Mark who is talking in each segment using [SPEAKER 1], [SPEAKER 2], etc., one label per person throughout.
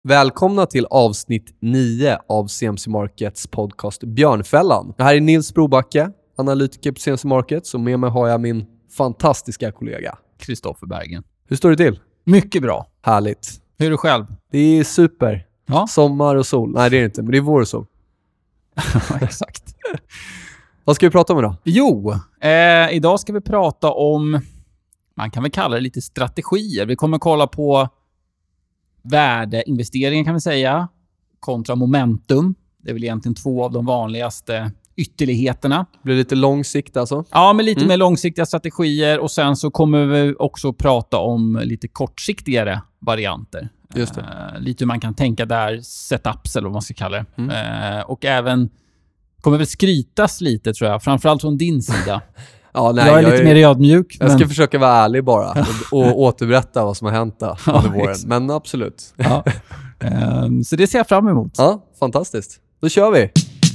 [SPEAKER 1] Välkomna till avsnitt 9 av CMC Markets podcast Björnfällan. Det här är Nils Brobacke, analytiker på CMC Markets, och med mig har jag min fantastiska kollega
[SPEAKER 2] Kristoffer Bergen.
[SPEAKER 1] Hur står det till?
[SPEAKER 2] Mycket bra.
[SPEAKER 1] Härligt.
[SPEAKER 2] Hur är du själv?
[SPEAKER 1] Det är super.
[SPEAKER 2] Ja.
[SPEAKER 1] Sommar och sol. Nej, det är det inte, men det är vår och sol.
[SPEAKER 2] Exakt.
[SPEAKER 1] Vad ska vi prata om idag?
[SPEAKER 2] Jo, idag ska vi prata om, man kan väl kalla det lite strategier. Vi kommer kolla på värdeinvesteringar kan vi säga, kontra momentum. Det är väl egentligen två av de vanligaste ytterligheterna.
[SPEAKER 1] Det blir lite långsikt alltså?
[SPEAKER 2] Ja, men lite mer långsiktiga strategier, och sen så kommer vi också prata om lite kortsiktigare varianter.
[SPEAKER 1] Just det.
[SPEAKER 2] Lite hur man kan tänka där, setups eller vad man ska kalla det. Och även kommer väl skrytas lite, tror jag, framförallt från din sida.
[SPEAKER 1] Ja, nej,
[SPEAKER 2] jag är lite mer ödmjuk.
[SPEAKER 1] Jag ska försöka vara ärlig bara och återberätta vad som har hänt under våren. Men absolut.
[SPEAKER 2] Ja. Så det ser jag fram emot.
[SPEAKER 1] Ja, fantastiskt. Då kör vi.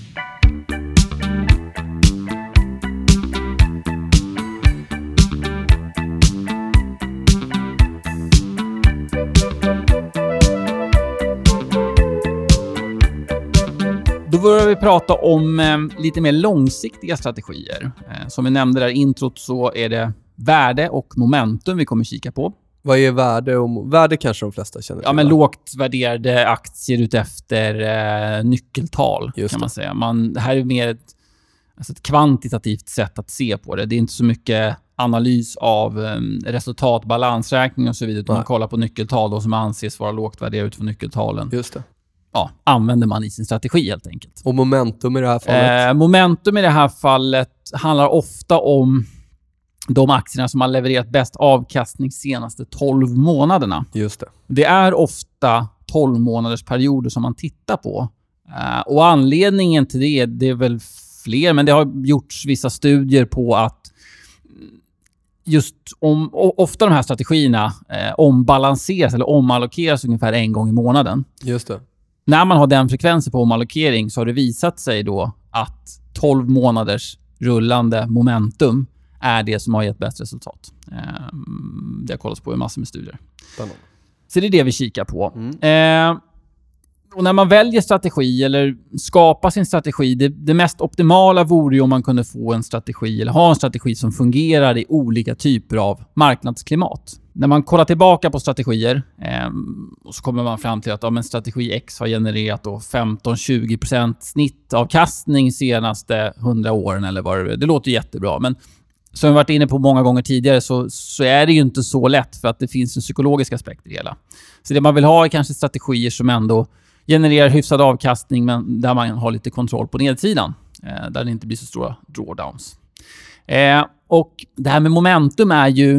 [SPEAKER 2] Då börjar vi prata om lite mer långsiktiga strategier. Som vi nämnde där i introt så är det värde och momentum vi kommer kika på.
[SPEAKER 1] Vad är värde? Värde kanske de flesta känner till.
[SPEAKER 2] Ja, men lågt värderade aktier ut efter nyckeltal kan man säga. Det här är mer ett kvantitativt sätt att se på det. Det är inte så mycket analys av resultat, balansräkning och så vidare. Utan man kollar på nyckeltal då, som anses vara lågt värderade utifrån nyckeltalen.
[SPEAKER 1] Just det.
[SPEAKER 2] Ja, använder man i sin strategi helt enkelt.
[SPEAKER 1] Och momentum i det här fallet?
[SPEAKER 2] Momentum i det här fallet handlar ofta om de aktierna som har levererat bäst avkastning senaste 12 månaderna.
[SPEAKER 1] Just det.
[SPEAKER 2] Det är ofta 12 månaders perioder som man tittar på. Och anledningen till det är väl fler, men det har gjorts vissa studier på att just ofta de här strategierna ombalanseras eller omallokeras ungefär en gång i månaden.
[SPEAKER 1] Just det.
[SPEAKER 2] När man har den frekvensen på omallokering så har det visat sig då att 12 månaders rullande momentum är det som har gett bäst resultat. Det har kollats på i massor med studier.
[SPEAKER 1] Spännande.
[SPEAKER 2] Så det är det vi kikar på. Och när man väljer strategi eller skapar sin strategi, det mest optimala vore ju om man kunde få en strategi eller ha en strategi som fungerar i olika typer av marknadsklimat. När man kollar tillbaka på strategier och så kommer man fram till att men strategi X har genererat 15-20% snittavkastning senaste 100 åren eller vad det är. Det låter jättebra, men som vi varit inne på många gånger tidigare så är det ju inte så lätt, för att det finns en psykologisk aspekt i det hela. Så det man vill ha är kanske strategier som ändå genererar hyfsad avkastning, men där man har lite kontroll på nedsidan. Där det inte blir så stora drawdowns. Och det här med momentum är ju...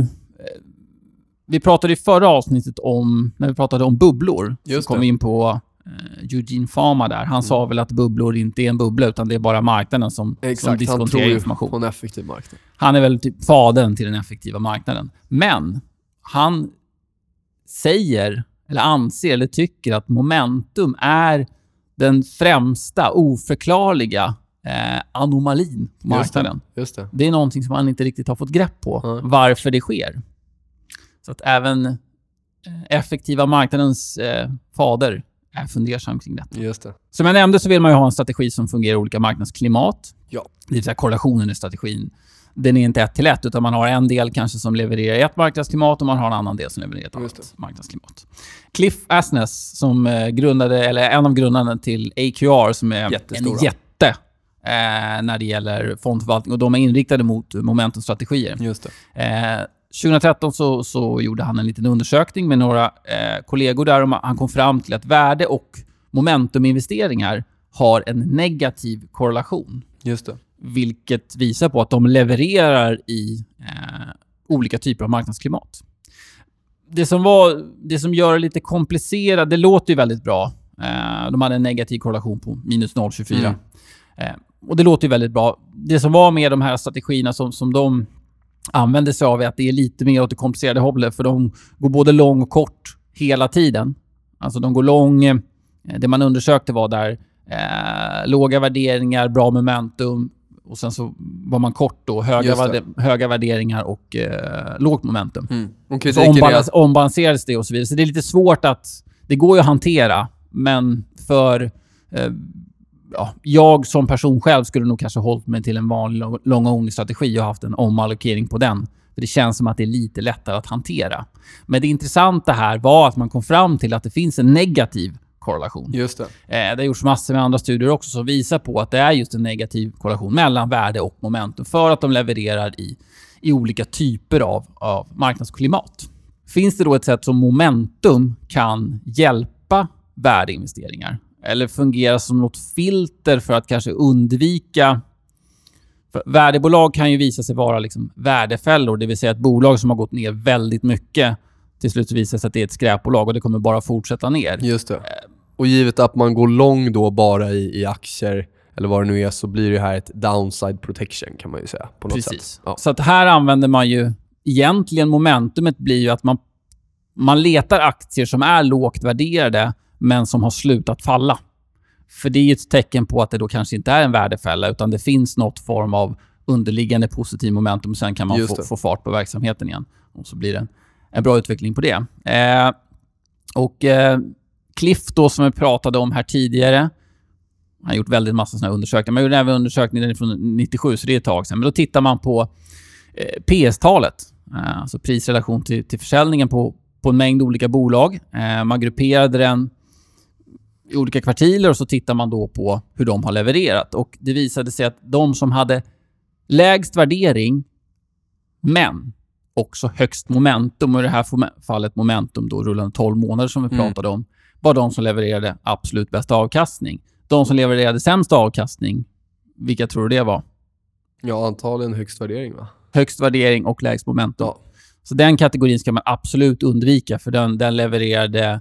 [SPEAKER 2] Vi pratade i förra avsnittet när vi pratade om bubblor. Så kom vi in på Eugene Fama där. Han sa väl att bubblor inte är en bubbla, utan det är bara marknaden som diskonterar information.
[SPEAKER 1] Han tror på en effektiv marknad.
[SPEAKER 2] Han är väl typ fadern till den effektiva marknaden. Men han säger eller anser eller tycker att momentum är den främsta oförklarliga anomalin på marknaden.
[SPEAKER 1] Just det.
[SPEAKER 2] Det är någonting som man inte riktigt har fått grepp på varför det sker. Så att även effektiva marknadens fader är fundersam kring detta.
[SPEAKER 1] Just det.
[SPEAKER 2] Som jag nämnde så vill man ju ha en strategi som fungerar i olika marknadsklimat.
[SPEAKER 1] Ja.
[SPEAKER 2] Det vill säga korrelationen i strategin. Den är inte 1-1, utan man har en del kanske som levererar ett marknadsklimat och man har en annan del som levererar ett annat marknadsklimat. Cliff Asness som en av grundarna till AQR, som är
[SPEAKER 1] jättestora.
[SPEAKER 2] En jätte när det gäller fondförvaltning, och de är inriktade mot momentumstrategier.
[SPEAKER 1] Just det.
[SPEAKER 2] 2013 så gjorde han en liten undersökning med några kollegor där, och han kom fram till att värde och momentuminvesteringar har en negativ korrelation.
[SPEAKER 1] Just det.
[SPEAKER 2] Vilket visar på att de levererar i olika typer av marknadsklimat. Det som gör det lite komplicerat, det låter ju väldigt bra. De hade en negativ korrelation på minus 0,24. Och det låter ju väldigt bra. Det som var med de här strategierna som de använder sig av är att det är lite mer åt det komplicerade hållet, för de går både lång och kort hela tiden. Alltså de går lång, det man undersökte var där låga värderingar, bra momentum, och sen så var man kort då, höga värderingar och lågt momentum.
[SPEAKER 1] Och
[SPEAKER 2] så ombalanserades det och så vidare. Så det är lite svårt att Det går ju att hantera, men för jag som person själv skulle nog kanske hållit mig till en vanlig long-only strategi och haft en omallokering på den. För det känns som att det är lite lättare att hantera. Men det intressanta här var att man kom fram till att det finns en negativ korrelation.
[SPEAKER 1] Just det.
[SPEAKER 2] Det har gjorts massor med andra studier också som visar på att det är just en negativ korrelation mellan värde och momentum för att de levererar i olika typer av marknadsklimat. Finns det då ett sätt som momentum kan hjälpa värdeinvesteringar? Eller fungera som något filter för att kanske undvika... För värdebolag kan ju visa sig vara liksom värdefällor, det vill säga ett bolag som har gått ner väldigt mycket till slut visar sig att det är ett skräpbolag och det kommer bara fortsätta ner.
[SPEAKER 1] Just det. Och givet att man går lång då bara i aktier eller vad det nu är, så blir det här ett downside protection kan man ju säga på något sätt. Ja.
[SPEAKER 2] Så att här använder man ju egentligen momentumet blir ju att man letar aktier som är lågt värderade men som har slutat falla. För det är ett tecken på att det då kanske inte är en värdefälla utan det finns något form av underliggande positiv momentum och sen kan man få fart på verksamheten igen. Och så blir det en bra utveckling på det. Cliff då som vi pratade om här tidigare, han har gjort väldigt massa sådana undersökningar. Man gjorde även undersökningar från 97 så det är ett tag sedan. Men då tittar man på PS-talet, alltså prisrelation till försäljningen på en mängd olika bolag. Man grupperade den i olika kvartiler och så tittar man då på hur de har levererat. Och det visade sig att de som hade lägst värdering men också högst momentum, och i det här fallet momentum då rullande 12 månader som vi pratade om, var de som levererade absolut bäst avkastning. De som levererade sämst avkastning, vilka tror du det var?
[SPEAKER 1] Ja, antagligen högst värdering va?
[SPEAKER 2] Högst värdering och lägst momentum. Ja. Så den kategorin ska man absolut undvika för den levererade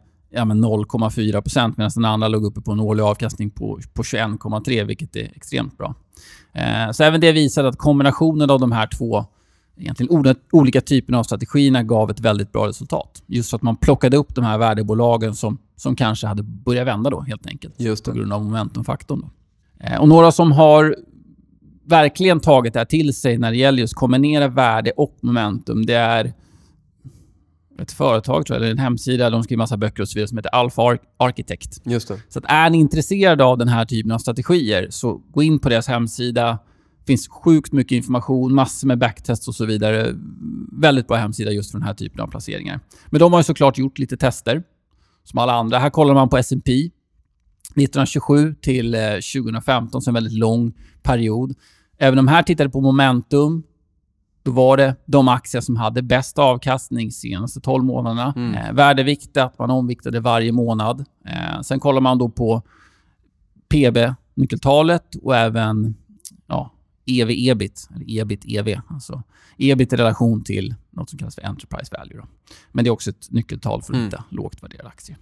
[SPEAKER 2] 0,4% medan den andra låg uppe på en årlig avkastning på 21,3 vilket är extremt bra. Så även det visar att kombinationen av de här två egentligen olika typerna av strategierna gav ett väldigt bra resultat. Just så att man plockade upp de här värdebolagen som kanske hade börjat vända då helt enkelt. Just på grund av momentumfaktorn då. Och några som har verkligen tagit det här till sig när det gäller just kombinera värde och momentum, det är ett företag tror jag, eller en hemsida, de skriver massa böcker och så vidare som heter Alpha Architect.
[SPEAKER 1] Just det.
[SPEAKER 2] Så att är ni intresserade av den här typen av strategier så gå in på deras hemsida. Det finns sjukt mycket information, massor med backtests och så vidare. Väldigt bra hemsida just för den här typen av placeringar. Men de har ju såklart gjort lite tester som alla andra. Här kollar man på S&P 1927 till 2015, så en väldigt lång period. Även de här tittade på momentum. Då var det de aktier som hade bäst avkastning senaste 12 månaderna. Värdeviktat, man omviktade varje månad. Sen kollar man då på PB-nyckeltalet och även EV-EBIT, eller EBIT-EV. Alltså EBIT i relation till något som kallas för enterprise value. Då. Men det är också ett nyckeltal för att hitta lågt värderade aktier.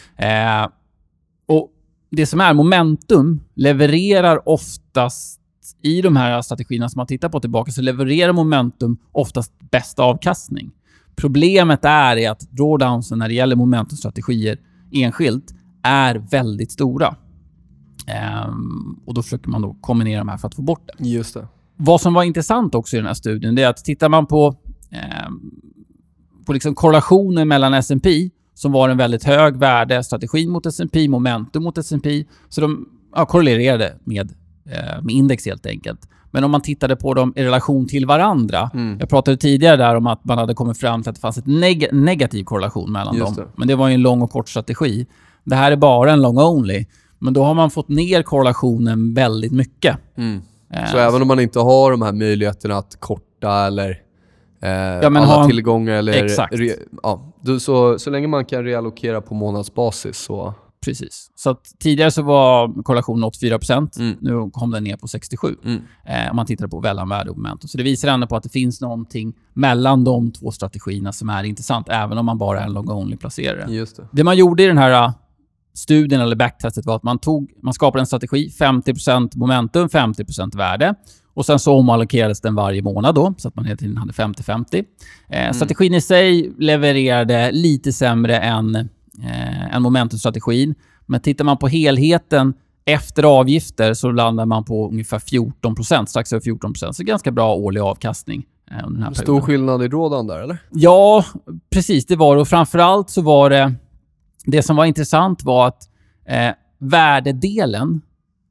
[SPEAKER 2] Och det som är momentum levererar oftast i de här strategierna som man tittar på tillbaka, så levererar momentum oftast bäst avkastning. Problemet är att drawdownsen när det gäller momentumstrategier enskilt är väldigt stora. Och då försöker man då kombinera de här för att få bort det.
[SPEAKER 1] Just det.
[SPEAKER 2] Vad som var intressant också i den här studien, det är att tittar man på liksom korrelationen mellan S&P som var en väldigt hög värde, strategin mot S&P, momentum mot S&P, så de korrelererade med index helt enkelt. Men om man tittade på dem i relation till varandra, jag pratade tidigare där om att man hade kommit fram till att det fanns ett negativ korrelation mellan dem. Men det var ju en lång och kort strategi. Det här är bara en long only. Men då har man fått ner korrelationen väldigt mycket.
[SPEAKER 1] Så även om man inte har de här möjligheterna att korta eller alla tillgångar eller
[SPEAKER 2] exakt.
[SPEAKER 1] Så länge man kan reallokera på månadsbasis så...
[SPEAKER 2] Precis. Så att tidigare så var korrelationen 84%. Nu kom den ner på 67%. Om man tittar på mellanvärde och momentum. Så det visar ändå på att det finns någonting mellan de två strategierna som är intressant. Även om man bara är en long-only placerare.
[SPEAKER 1] Just det.
[SPEAKER 2] Det man gjorde i den här studien eller backtestet var att man skapade en strategi. 50% momentum, 50% värde. Och sen så omallokerades den varje månad då. Så att man hela tiden hade 50-50. Strategin i sig levererade lite sämre än momentumstrategin. Men tittar man på helheten efter avgifter så landar man på ungefär 14%, strax över 14%. Så ganska bra årlig avkastning under den här
[SPEAKER 1] stor skillnad i rådan där, eller?
[SPEAKER 2] Ja, precis. Det var det. Och framförallt så var det det som var intressant var att värdedelen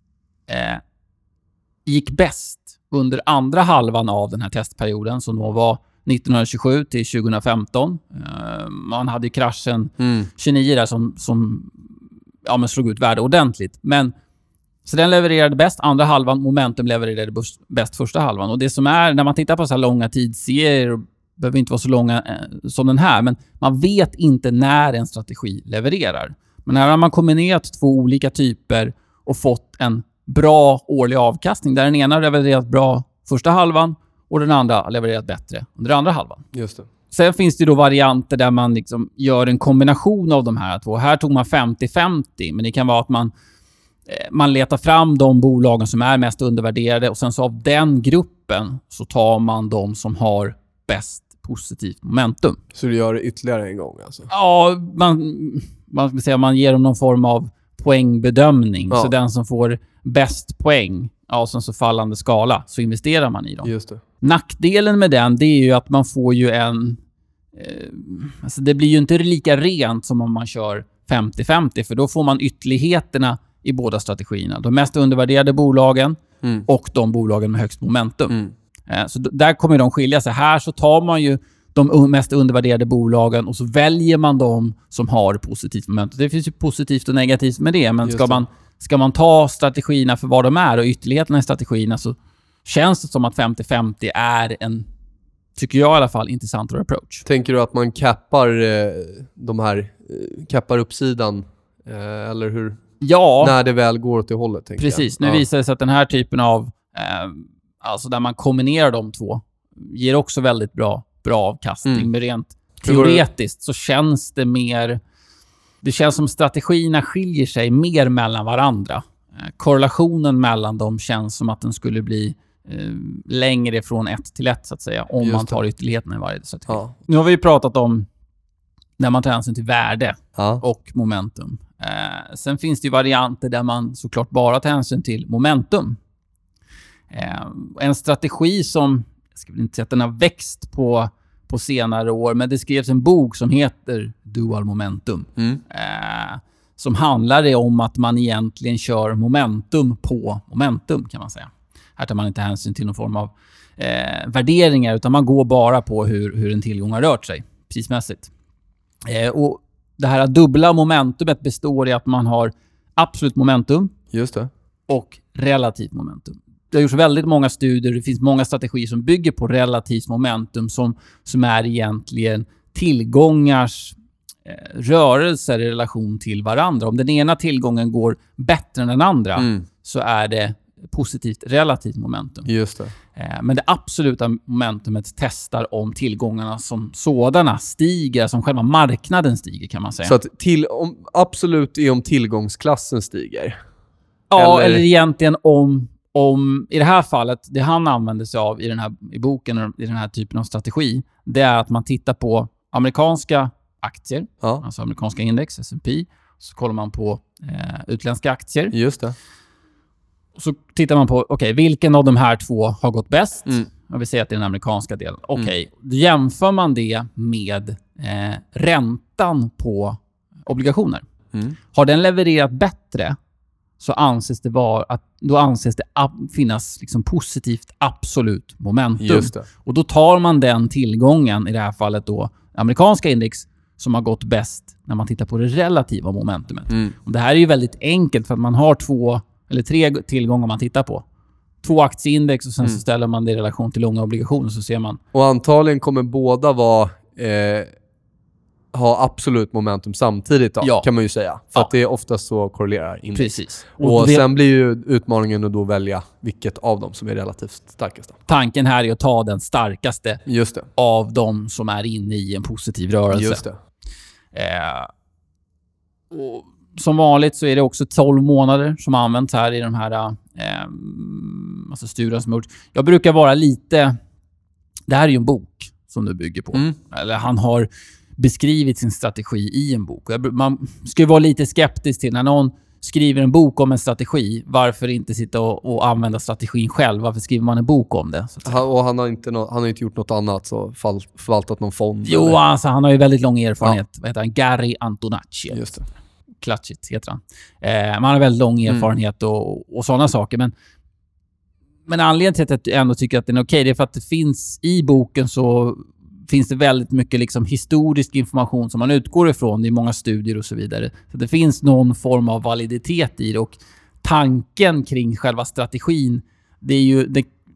[SPEAKER 2] gick bäst under andra halvan av den här testperioden, som då var 1927 till 2015. Man hade ju kraschen 29 där som slog ut värde ordentligt. Men så den levererade bäst andra halvan, momentum levererade bäst första halvan. Och det som är, när man tittar på så här långa tidsserier, behöver inte vara så långa som den här, men man vet inte när en strategi levererar. Men här har man kombinerat två olika typer och fått en bra årlig avkastning, där den ena har levererat bra första halvan och den andra har levererat bättre under andra halvan.
[SPEAKER 1] Just det.
[SPEAKER 2] Sen finns det då varianter där man liksom gör en kombination av de här två. Här tog man 50-50, men det kan vara att man letar fram de bolagen som är mest undervärderade, och sen så av den gruppen så tar man de som har bäst positivt momentum.
[SPEAKER 1] Så du gör det ytterligare en gång alltså?
[SPEAKER 2] Ja, man ska säga, man ger dem någon form av poängbedömning.
[SPEAKER 1] Ja.
[SPEAKER 2] Så den som får bäst poäng, och sen så fallande skala, så investerar man i dem.
[SPEAKER 1] Just det.
[SPEAKER 2] Nackdelen med den, det är ju att man får ju alltså det blir ju inte lika rent som om man kör 50-50, för då får man ytterligheterna i båda strategierna. De mest undervärderade bolagen och de bolagen med högst momentum. Så där kommer de skilja sig. Här så tar man ju de mest undervärderade bolagen och så väljer man de som har positivt momentum. Det finns ju positivt och negativt med det, men ska man ta strategierna för vad de är och ytterligheterna i strategierna, så känns det som att 50-50 är en, tycker jag i alla fall, intressantare approach.
[SPEAKER 1] Tänker du att man kappar kappar uppsidan eller hur?
[SPEAKER 2] Ja.
[SPEAKER 1] När det väl går åt det hållet, tänker
[SPEAKER 2] precis.
[SPEAKER 1] jag.
[SPEAKER 2] Nu visar det sig att den här typen av alltså där man kombinerar de två ger också väldigt bra avkastning. Men rent teoretiskt så känns det mer, det känns som strategierna skiljer sig mer mellan varandra. Korrelationen mellan dem känns som att den skulle bli längre från 1 till 1 så att säga, om man tar ytterligheterna i varje strategi. Ja. Nu har vi ju pratat om när man tar hänsyn till värde och momentum. Sen finns det ju varianter där man såklart bara tar hänsyn till momentum. En strategi som, jag ska väl inte säga att den har växt på senare år, men det skrevs en bok som heter Dual Momentum. Som handlar om att man egentligen kör momentum på momentum, kan man säga. Här tar man inte hänsyn till någon form av värderingar, utan man går bara på hur en tillgång har rört sig prismässigt. Och det här dubbla momentumet består i att man har absolut momentum.
[SPEAKER 1] Just det.
[SPEAKER 2] Och relativt momentum. Det har gjorts väldigt många studier. Det finns många strategier som bygger på relativt momentum som är egentligen tillgångars rörelser i relation till varandra. Om den ena tillgången går bättre än den andra så är det positivt relativt momentum.
[SPEAKER 1] Just det.
[SPEAKER 2] Men det absoluta momentumet testar om tillgångarna som sådana stiger, som själva marknaden stiger, kan man säga. Så
[SPEAKER 1] att absolut är om tillgångsklassen stiger?
[SPEAKER 2] Ja, eller egentligen om i det här fallet, det han använder sig av i boken och i den här typen av strategi, det är att man tittar på amerikanska aktier, alltså amerikanska index, S&P, så kollar man på utländska aktier.
[SPEAKER 1] Just det.
[SPEAKER 2] Så tittar man på, vilken av de här två har gått bäst? Jag vill säga att det är den amerikanska delen. Då jämför man det med räntan på obligationer. Har den levererat bättre, så anses det finnas liksom positivt absolut momentum.
[SPEAKER 1] Just det.
[SPEAKER 2] Och då tar man den tillgången, i det här fallet då amerikanska index, som har gått bäst när man tittar på det relativa momentumet. Och det här är ju väldigt enkelt, för att man har 2 eller 3 tillgångar man tittar på. 2 aktieindex och sen så ställer man det i relation till långa obligationer, så ser man. Och
[SPEAKER 1] antagligen kommer båda ha absolut momentum samtidigt då, kan man ju säga. För att det är oftast så korrelerar index.
[SPEAKER 2] Precis.
[SPEAKER 1] Och sen blir ju utmaningen att då välja vilket av dem som är relativt starkast.
[SPEAKER 2] Tanken här är att ta den starkaste av dem som är inne i en positiv rörelse.
[SPEAKER 1] Just det.
[SPEAKER 2] Och som vanligt så är det också 12 månader som används här i de här alltså studierna som gjorts. Jag brukar vara lite... Det här är ju en bok som du bygger på. Eller han har beskrivit sin strategi i en bok. Man ska ju vara lite skeptisk till när någon skriver en bok om en strategi, varför inte sitta och använda strategin själv? Varför skriver man en bok om det?
[SPEAKER 1] Och han har inte gjort något annat, så förvaltat någon fond?
[SPEAKER 2] Jo,
[SPEAKER 1] eller?
[SPEAKER 2] alltså, han har ju väldigt lång erfarenhet. Vad heter han? Gary Antonacci.
[SPEAKER 1] Just det.
[SPEAKER 2] Klatschigt heter han. Man har väldigt lång erfarenhet och sådana saker. Men anledningen till att jag ändå tycker att den är okej, det är för att det finns i boken så finns det väldigt mycket liksom historisk information som man utgår ifrån. Det är många studier och så vidare. Så det finns någon form av validitet i det. Och tanken kring själva strategin, det är ju...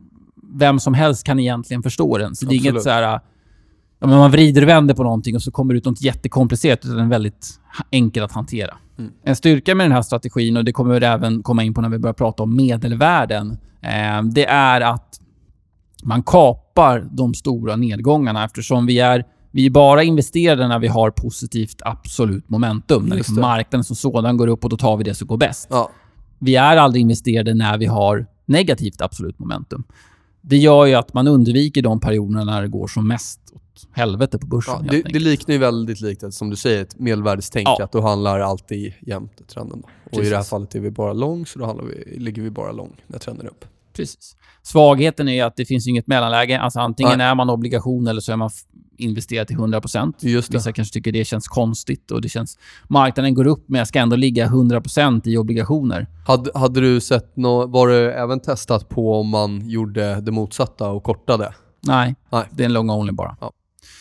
[SPEAKER 2] vem som helst kan egentligen förstå den. Så det är inget så här... Ja, men man vrider och vänder på någonting och så kommer det ut något jättekomplicerat, utan den är väldigt enkel att hantera. En styrka med den här strategin, och det kommer vi även komma in på när vi börjar prata om medelvärden, det är att man kapar de stora nedgångarna, eftersom vi är bara investerade när vi har positivt absolut momentum. När liksom marknaden som sådan går upp och då tar vi det som går bäst. Ja. Vi är aldrig investerade när vi har negativt absolut momentum. Det gör ju att man undviker de perioderna när det går som mest åt helvete på börsen.
[SPEAKER 1] Ja, det liknar ju väldigt likt, som du säger, ett medelvärdestänk, att då handlar alltid jämnt trenden. Och i det här fallet är vi bara lång, så då ligger vi bara lång när trenden är upp.
[SPEAKER 2] Precis. Svagheten är att det finns inget mellanläge. Alltså antingen är man obligation eller så är man investerat till 100%.
[SPEAKER 1] Just det.
[SPEAKER 2] Vissa kanske tycker det känns konstigt och det känns... Marknaden går upp men jag ska ändå ligga 100% i obligationer.
[SPEAKER 1] Hade du sett var det även testat på om man gjorde det motsatta och kortade?
[SPEAKER 2] Nej. Det är en long only bara. Ja.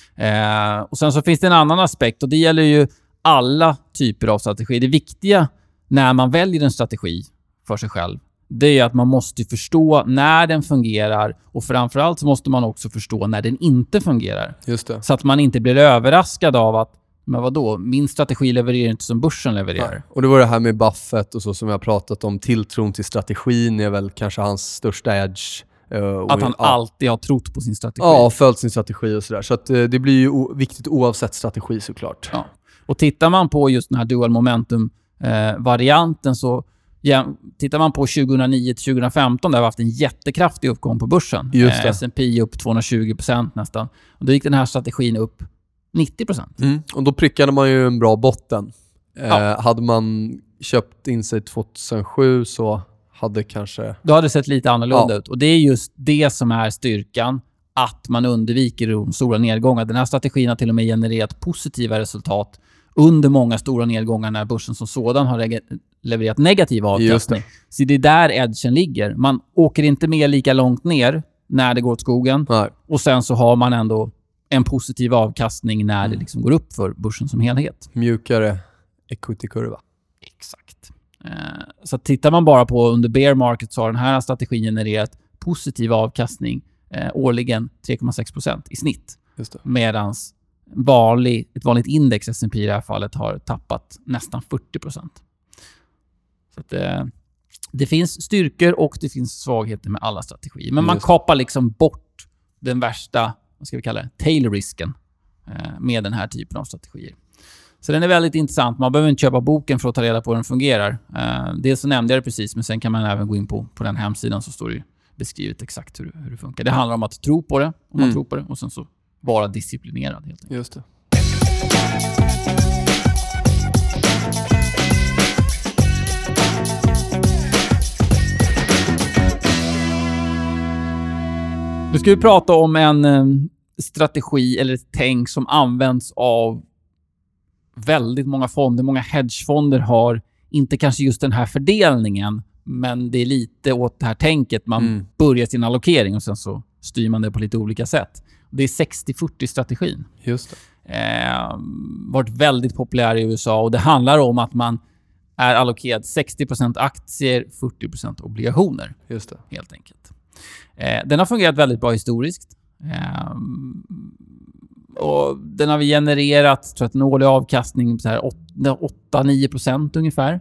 [SPEAKER 2] Och sen så finns det en annan aspekt, och det gäller ju alla typer av strategi. Det viktiga när man väljer en strategi för sig själv, det är att man måste förstå när den fungerar, och framförallt så måste man också förstå när den inte fungerar.
[SPEAKER 1] Just det.
[SPEAKER 2] Så att man inte blir överraskad av att, men vadå, min strategi levererar inte som börsen levererar.
[SPEAKER 1] Ja. Och det var det här med Buffett och så som jag pratat om. Tilltron till strategin är väl kanske hans största edge.
[SPEAKER 2] Att han alltid har trott på sin strategi.
[SPEAKER 1] Ja, följt sin strategi och sådär. Så att det blir ju viktigt oavsett strategi såklart.
[SPEAKER 2] Ja. Och tittar man på just den här dual momentum-varianten så tittar man på 2009-2015 där vi har haft en jättekraftig uppgång på börsen. S&P upp 220% nästan. Och då gick den här strategin upp 90%.
[SPEAKER 1] Och då prickade man ju en bra botten. Hade man köpt in sig 2007 så hade kanske...
[SPEAKER 2] Då hade det sett lite annorlunda ut. Och det är just det som är styrkan. Att man undviker de stora nedgångar. Den här strategin har till och med genererat positiva resultat under många stora nedgångar när börsen som sådan har levererat negativ avkastning. Så det är där edgen ligger. Man åker inte med lika långt ner när det går åt skogen. Nej. Och sen så har man ändå en positiv avkastning när det liksom går upp för börsen som helhet.
[SPEAKER 1] Mjukare equity-kurva.
[SPEAKER 2] Exakt. Så tittar man bara på under bear market så har den här strategin genererat positiv avkastning årligen 3,6% i snitt. Medans ett vanligt index, S&P i det här fallet, har tappat nästan 40%. Så att, det finns styrkor och det finns svagheter med alla strategier. Men man kapar liksom bort den värsta, vad ska vi kalla det, tail-risken med den här typen av strategier. Så den är väldigt intressant. Man behöver inte köpa boken för att ta reda på hur den fungerar. Dels så nämnde jag det precis, men sen kan man även gå in på den hemsidan så står det beskrivet exakt hur det funkar. Det handlar om att tro på det, om man tror på det, och sen så vara disciplinerad helt enkelt.
[SPEAKER 1] Just det.
[SPEAKER 2] Nu ska vi prata om en strategi eller ett tänk som används av väldigt många fonder. Många hedgefonder har inte kanske just den här fördelningen, men det är lite åt det här tänket. Man börjar sin allokering och sen så styr man det på lite olika sätt. Det är 60-40-strategin.
[SPEAKER 1] Just det.
[SPEAKER 2] Varit väldigt populär i USA, och det handlar om att man är allokerad 60% aktier, 40% obligationer.
[SPEAKER 1] Just det.
[SPEAKER 2] Helt enkelt. Den har fungerat väldigt bra historiskt. Och den har vi genererat, tror jag, en årlig avkastning så här 8-9% ungefär.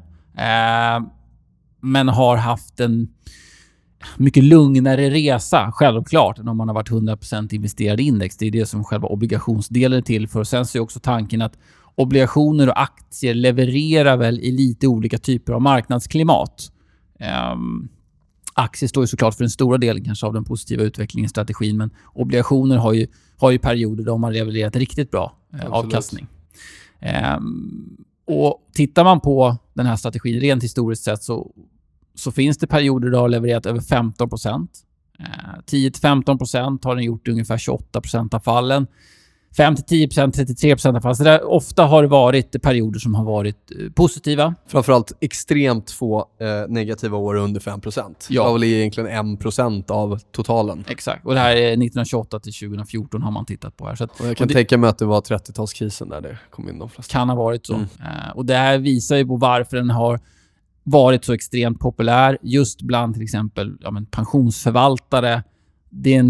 [SPEAKER 2] Men har haft en mycket lugnare resa, självklart, än om man har varit 100% investerad i index. Det är det som själva obligationsdelen är till för. Och sen så är också tanken att obligationer och aktier levererar väl i lite olika typer av marknadsklimat. Aktier står ju såklart för den stora delen kanske av den positiva utvecklingen i strategin, men obligationer har ju perioder där de har levererat riktigt bra avkastning. Och tittar man på den här strategin rent historiskt sett så finns det perioder där det har levererat över 15%. 10-15% har den gjort i ungefär 28% av fallen. 5-10%, 33% av fallen. Så där, ofta har det varit perioder som har varit positiva.
[SPEAKER 1] Framförallt extremt få negativa år under 5%.
[SPEAKER 2] Ja.
[SPEAKER 1] Det var väl egentligen 1% av totalen.
[SPEAKER 2] Exakt. Och det här är 1928 till 2014 har man tittat på här. Så att,
[SPEAKER 1] och jag kan tänka mig att det var 30-talskrisen där det kom in de flesta.
[SPEAKER 2] Kan ha varit så. Och det här visar ju på varför den har varit så extremt populär just bland till exempel pensionsförvaltare. Det är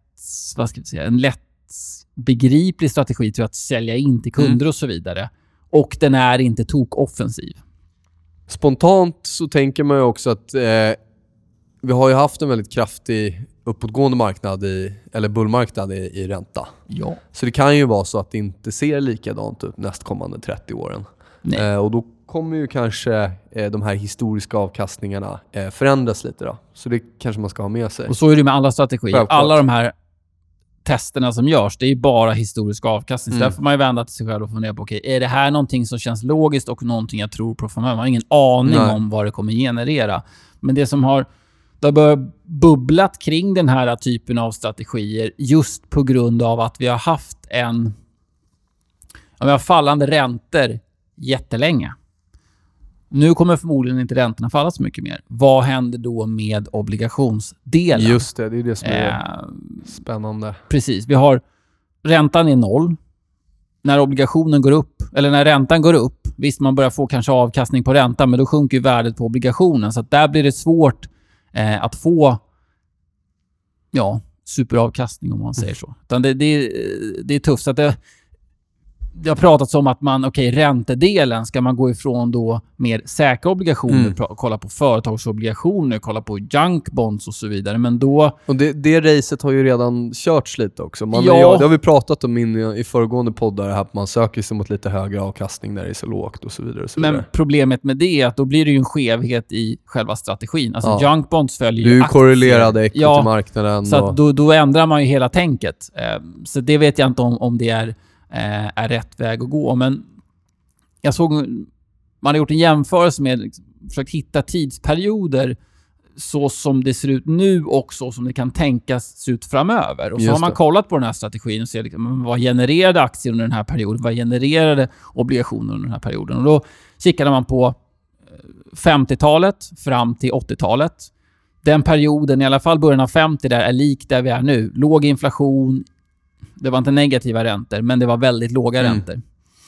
[SPEAKER 2] en lätt begriplig strategi till att sälja in till kunder och så vidare. Och den är inte tokoffensiv.
[SPEAKER 1] Spontant så tänker man ju också att vi har ju haft en väldigt kraftig uppåtgående marknad eller bullmarknad i ränta.
[SPEAKER 2] Ja.
[SPEAKER 1] Så det kan ju vara så att det inte ser likadant ut nästkommande 30 åren. Och då kommer ju kanske de här historiska avkastningarna förändras lite då. Så det kanske man ska ha med sig.
[SPEAKER 2] Och så är det med alla strategier.
[SPEAKER 1] Självklart.
[SPEAKER 2] Alla de här testerna som görs, det är ju bara historisk avkastning. Så där får man ju vända till sig själv och fundera på, är det här någonting som känns logiskt och någonting jag tror på framöver? Man har ingen aning om vad det kommer generera. Men det som har börjat bubblat kring den här typen av strategier just på grund av att vi har haft vi har fallande räntor jättelänge. Nu kommer förmodligen inte räntorna falla så mycket mer. Vad händer då med obligationsdelen?
[SPEAKER 1] Just det är det som är spännande.
[SPEAKER 2] Precis, vi har räntan är 0. När obligationen går upp, eller när räntan går upp, visst man börjar få kanske avkastning på räntan, men då sjunker ju värdet på obligationen. Så att där blir det svårt att få superavkastning om man säger så. Utan det är tufft. Så att det har pratats om att räntedelen ska man gå ifrån då mer säkra obligationer, kolla på företagsobligationer, kolla på junk bonds och så vidare. Men då... Och
[SPEAKER 1] det racet har ju redan körts lite också. Det har vi pratat om i föregående poddar här, att man söker sig mot lite högre avkastning när det är så lågt och så vidare. Och så vidare.
[SPEAKER 2] Men problemet med det är att då blir det ju en skevhet i själva strategin. Alltså junk bonds följer ju
[SPEAKER 1] aktier. Du korrelerade equity-marknaden.
[SPEAKER 2] Så att då ändrar man ju hela tänket. Så det vet jag inte om det är rätt väg att gå. Men jag såg man har gjort en jämförelse med försökt hitta tidsperioder så som det ser ut nu och så som det kan tänkas se ut framöver. Och så har man kollat på den här strategin och ser vad genererade aktier under den här perioden, vad genererade obligationer under den här perioden. Och då kikade man på 50-talet fram till 80-talet. Den perioden, i alla fall början av 50 där, är lik där vi är nu. Låg inflation. Det var inte negativa räntor, men det var väldigt låga räntor.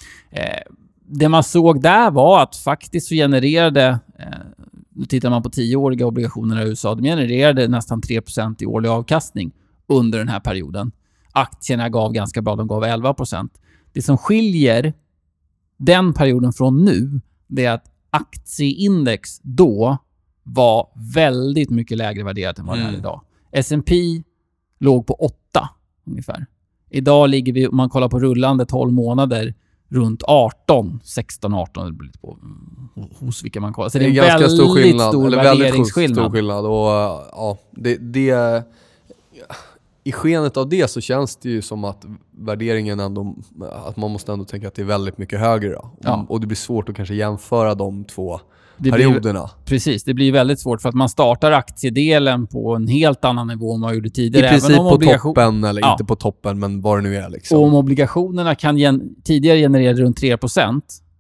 [SPEAKER 2] Det man såg där var att faktiskt så genererade, nu tittar man på 10-åriga obligationer i USA, de genererade nästan 3% i årlig avkastning under den här perioden. Aktierna gav ganska bra, de gav 11%. Det som skiljer den perioden från nu, det är att aktieindex då var väldigt mycket lägre värderat än vad det är idag. S&P låg på 8 ungefär. Idag ligger vi, om man kollar på rullande 12 månader, runt 16-18 det blir lite på hos vilka man kollar. Så det är en
[SPEAKER 1] ganska
[SPEAKER 2] väldigt
[SPEAKER 1] stor skillnad,
[SPEAKER 2] stor
[SPEAKER 1] eller
[SPEAKER 2] värderingsskillnad.
[SPEAKER 1] Väldigt stor skillnad. Och det i skenet av det så känns det ju som att värderingen ändå, att man måste ändå tänka att det är väldigt mycket högre då. Och det blir svårt att kanske jämföra de två perioderna.
[SPEAKER 2] Precis, det blir väldigt svårt för att man startar aktiedelen på en helt annan nivå än man gjorde tidigare.
[SPEAKER 1] I princip på toppen, eller inte på toppen, men vad det nu är liksom.
[SPEAKER 2] Och om obligationerna kan tidigare generera runt 3%,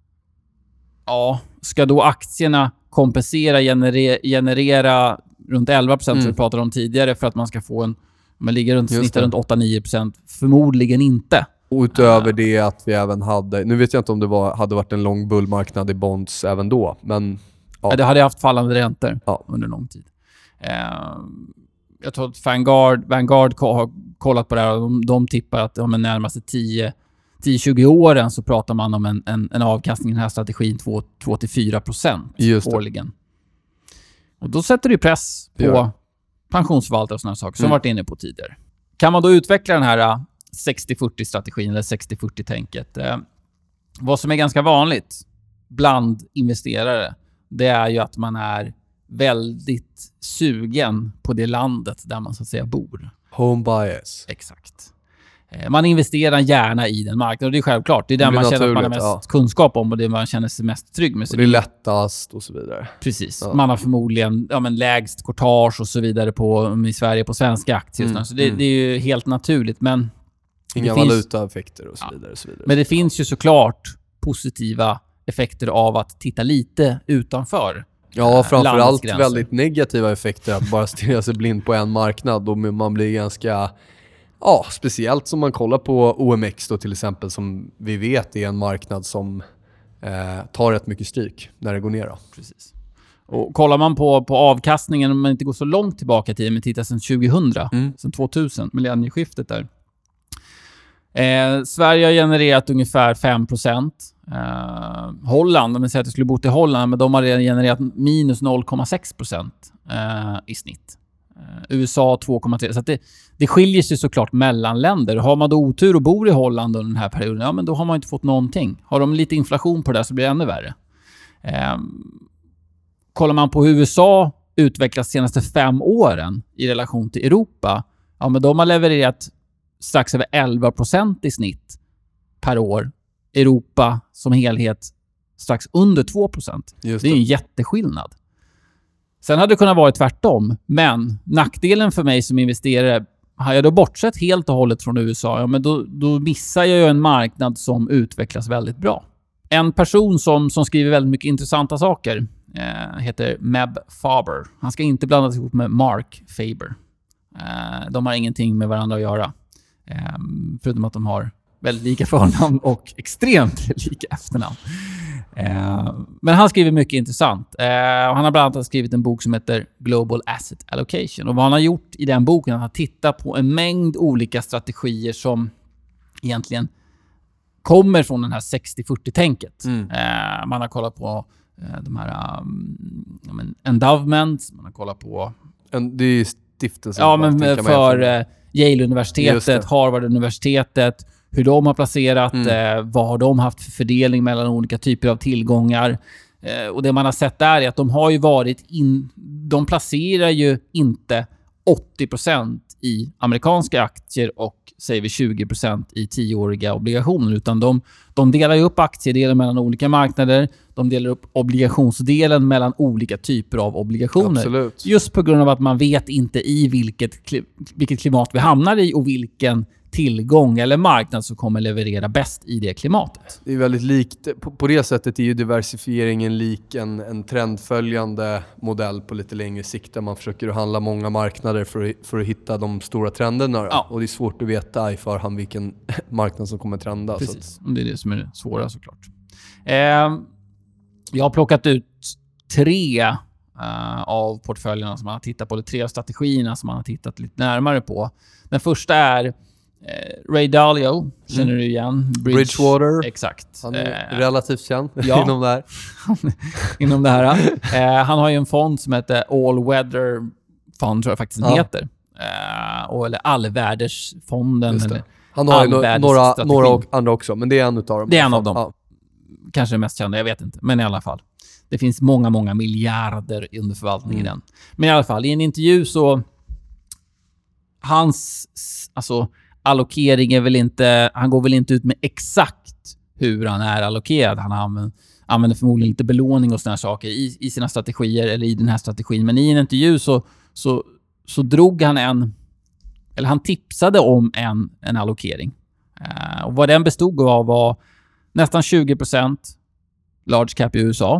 [SPEAKER 2] ska då aktierna kompensera, generera runt 11% som vi pratade om tidigare, för att man ska få man ligger runt snittar runt 8-9%, förmodligen inte.
[SPEAKER 1] Och utöver det att vi även hade, nu vet jag inte om det hade varit en lång bullmarknad i bonds även då, men
[SPEAKER 2] det hade haft fallande räntor under lång tid. Jag tror att Vanguard har kollat på det här, och de tippar att de närmaste 10-20 åren så pratar man om en avkastning i den här strategin 2-4% årligen. Och då sätter det press på pensionsförvaltare och sådana saker som varit inne på tidigare. Kan man då utveckla den här 60-40-strategin eller 60-40-tänket? Vad som är ganska vanligt bland investerare, det är ju att man är väldigt sugen på det landet där man så att säga bor.
[SPEAKER 1] Home bias.
[SPEAKER 2] Exakt. Man investerar gärna i den marknaden och det är självklart. Det är den man känner att man har mest kunskap om och det man känner sig mest trygg med. Så
[SPEAKER 1] och det är lättast och så vidare.
[SPEAKER 2] Precis. Ja. Man har förmodligen lägst courtage och så vidare i Sverige på svenska aktier. Så det är ju helt naturligt. Men
[SPEAKER 1] inga valutaeffekter och så vidare. Och så vidare.
[SPEAKER 2] Men det finns ju såklart positiva effekter av att titta lite utanför.
[SPEAKER 1] Ja, framförallt väldigt negativa effekter att bara stirra sig blind på en marknad och man blir ganska... Ja, speciellt som man kollar på OMX då till exempel som vi vet är en marknad som tar rätt mycket stryk när det går ner. Då.
[SPEAKER 2] Precis. Och kollar man på avkastningen, om man inte går så långt tillbaka i tiden, men tittar sedan 2000, sedan 2000, millennieskiftet där. Sverige har genererat ungefär 5%. Holland, om man säger att jag skulle bott i Holland, men de har redan genererat minus 0,6% i snitt. USA 2,3%. Så att det skiljer sig såklart mellan länder. Har man då otur och bor i Holland under den här perioden, ja men då har man inte fått någonting. Har de lite inflation på det så blir det ännu värre. Kollar man på hur USA utvecklas de senaste 5 åren i relation till Europa, ja men de har levererat strax över 11% i snitt per år. Europa som helhet strax under 2%. Det är en jätteskillnad. Sen hade det kunnat vara tvärtom, men nackdelen för mig som investerare, har jag då bortsett helt och hållet från USA, ja, men då missar jag ju en marknad som utvecklas väldigt bra. En person som skriver väldigt mycket intressanta saker heter Meb Faber. Han ska inte blandas ihop med Mark Faber. De har ingenting med varandra att göra. Förutom att de har väldigt lika förnamn och extremt lika efternamn. Men han skriver mycket intressant. Och han har bland annat skrivit en bok som heter Global Asset Allocation. Och vad han har gjort i den boken är att han tittar på en mängd olika strategier som egentligen kommer från den här 60-40-tänket. Man har kollat på de här endowments, man har kollat på...
[SPEAKER 1] Det är stiftelser.
[SPEAKER 2] Ja, men för Yale-universitetet, Harvard-universitetet, hur de har placerat, vad har de haft för fördelning mellan olika typer av tillgångar. Och det man har sett där är att de har ju varit de placerar ju inte 80% i amerikanska aktier och säger vi 20% i 10-åriga obligationer, utan de delar ju upp aktiedelen mellan olika marknader. De delar upp obligationsdelen mellan olika typer av obligationer.
[SPEAKER 1] Absolut.
[SPEAKER 2] Just på grund av att man vet inte i vilket klimat vi hamnar i och vilken tillgång eller marknad som kommer leverera bäst i det klimatet.
[SPEAKER 1] Det är väldigt likt. På det sättet är ju diversifieringen lik en trendföljande modell på lite längre sikt där man försöker handla många marknader för att hitta de stora trenderna. Ja. Och det är svårt att veta i förhand vilken marknad som kommer trenda.
[SPEAKER 2] Precis, och det är det som är det svåra såklart. Jag har plockat ut 3 av portföljerna som man har tittat på, eller 3 av strategierna som man har tittat lite närmare på. Den första är Ray Dalio, känner du igen?
[SPEAKER 1] Bridgewater.
[SPEAKER 2] Exakt.
[SPEAKER 1] Han är relativt känd inom det här.
[SPEAKER 2] Inom det här. Han har ju en fond som heter All Weather Fund, tror jag faktiskt den heter. Eller Allvädersfonden. Eller
[SPEAKER 1] han har ju några andra också, men det är en utav dem.
[SPEAKER 2] Det är en av dem. Ja. Kanske det mest kända, jag vet inte. Men i alla fall. Det finns många miljarder under förvaltning i den. Men i alla fall, i en intervju så... Hans allokering är väl inte... Han går väl inte ut med exakt hur han är allokerad. Han använder förmodligen lite belåning och såna här saker i sina strategier eller i den här strategin. Men i en intervju så drog han eller han tipsade om en allokering. Och vad den bestod av var nästan 20% large cap i USA.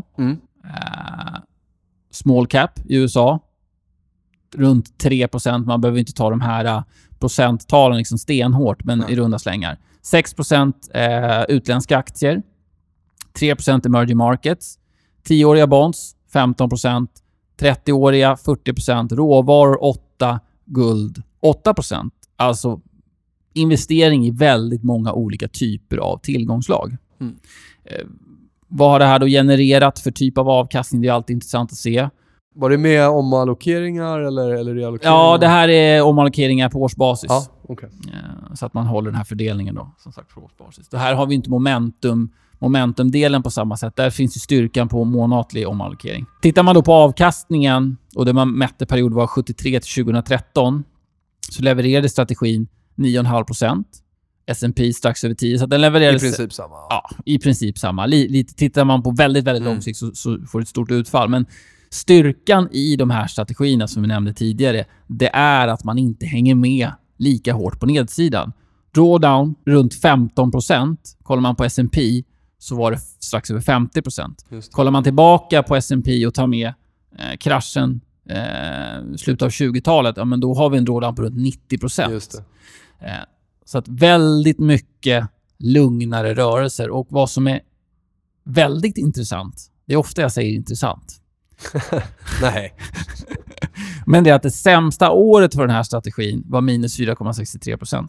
[SPEAKER 2] Small cap i USA. Runt 3%. Man behöver inte ta de här procenttalen liksom stenhårt, men i runda slängar. 6% utländska aktier. 3% emerging markets. 10-åriga bonds 15%. 30-åriga 40%. Råvaror 8%. Guld 8%. Alltså investering i väldigt många olika typer av tillgångslag. Vad har det här då genererat för typ av avkastning? Det är alltid intressant att se.
[SPEAKER 1] Var det med omallokeringar eller reallokeringar?
[SPEAKER 2] Ja, det här är omallokeringar på årsbasis.
[SPEAKER 1] Ja, okay.
[SPEAKER 2] Så att man håller den här fördelningen då, som sagt, på årsbasis. Det här har vi inte momentumdelen på samma sätt. Där finns ju styrkan på månatlig omallokering. Tittar man då på avkastningen, och det man mätte period var 73 till 2013, så levererade strategin 9,5%. S&P strax över 10. Så den levererades...
[SPEAKER 1] I princip samma.
[SPEAKER 2] Ja, i princip samma. Tittar man på väldigt, väldigt lång sikt så får det ett stort utfall. Men styrkan i de här strategierna som vi nämnde tidigare, det är att man inte hänger med lika hårt på nedsidan. Drawdown runt 15%. Kollar man på S&P så var det strax över 50%. Kollar man tillbaka på S&P och tar med kraschen slutet av 20-talet, ja, men då har vi en drawdown på runt 90%.
[SPEAKER 1] Just det.
[SPEAKER 2] Så att väldigt mycket lugnare rörelser. Och vad som är väldigt intressant, det är ofta jag säger intressant.
[SPEAKER 1] Nej.
[SPEAKER 2] Men det är att det sämsta året för den här strategin var minus 4,63%.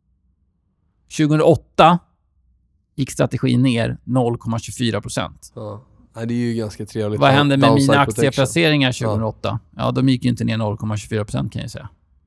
[SPEAKER 2] 2008 gick strategin ner 0,24%.
[SPEAKER 1] Ja. Nej, det är ju ganska trevligt.
[SPEAKER 2] Vad hände med mina
[SPEAKER 1] protection.
[SPEAKER 2] aktieplaceringar 2008? Ja, de gick ju inte ner 0,24% kan jag säga.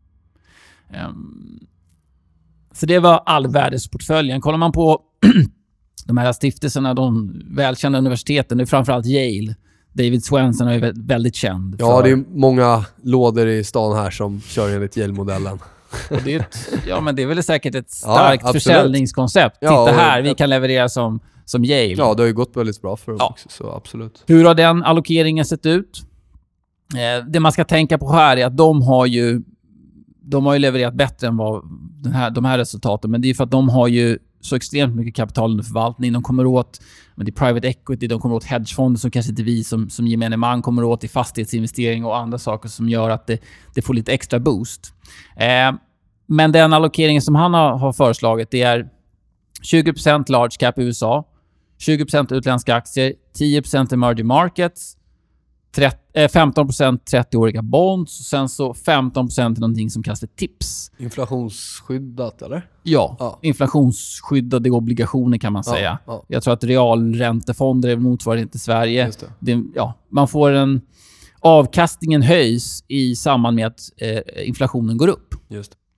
[SPEAKER 2] Så det var allvärdesportföljen. Kollar man på de här stiftelserna, de välkända universiteten, det är framförallt Yale. David Swenson är ju väldigt känd.
[SPEAKER 1] Ja, det är många lådor i stan här som kör enligt Yale-modellen.
[SPEAKER 2] Och det är men det är väl säkert ett starkt försäljningskoncept. Titta här, vi kan leverera som Yale.
[SPEAKER 1] Ja, det har ju gått väldigt bra för dem också, så absolut.
[SPEAKER 2] Hur har den allokeringen sett ut? Det man ska tänka på här är att de har ju levererat bättre än vad de här resultaten, men det är för att de har ju så extremt mycket kapital under förvaltning. De kommer åt, men det är private equity, de kommer åt hedgefonder som kanske inte vi som gemene man kommer åt, i fastighetsinvestering och andra saker som gör att det får lite extra boost. Men den allokeringen som han har föreslagit, det är 20% large cap i USA, 20% utländska aktier, 10% emerging markets, 15% 30-åriga bonds och sen så 15% någonting som kallas för tips.
[SPEAKER 1] Inflationsskyddat, eller?
[SPEAKER 2] Ja. Inflationsskyddade obligationer kan man säga.
[SPEAKER 1] Ja.
[SPEAKER 2] Jag tror att realräntefonder är motsvarighet i Sverige.
[SPEAKER 1] Just det.
[SPEAKER 2] Man får avkastningen höjs i samband med att inflationen går upp.
[SPEAKER 1] Just det.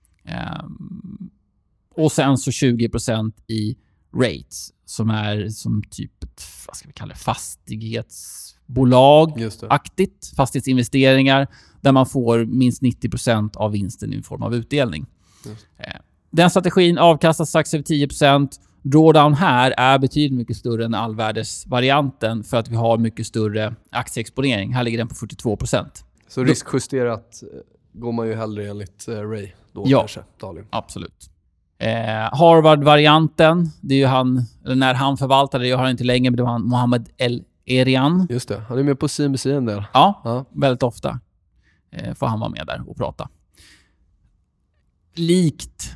[SPEAKER 2] Och sen så 20% i rates som är som typ ett, vad ska vi kalla det, fastighetsbolag-aktigt, fastighetsinvesteringar där man får minst 90% av vinsten i form av utdelning. Den strategin avkastar strax över 10%. Drawdown här är betydligt mycket större än allvärdesvarianten för att vi har mycket större aktieexponering. Här ligger den på 42%.
[SPEAKER 1] Så riskjusterat går man ju hellre enligt Ray då kanske. Dahlin.
[SPEAKER 2] Absolut. Harvard-varianten, det är ju när han förvaltade, jag har inte längre, men det var Mohammed El-Erian.
[SPEAKER 1] Just det, han är med på CNBC en del.
[SPEAKER 2] Ja, väldigt ofta får han vara med där och prata. Likt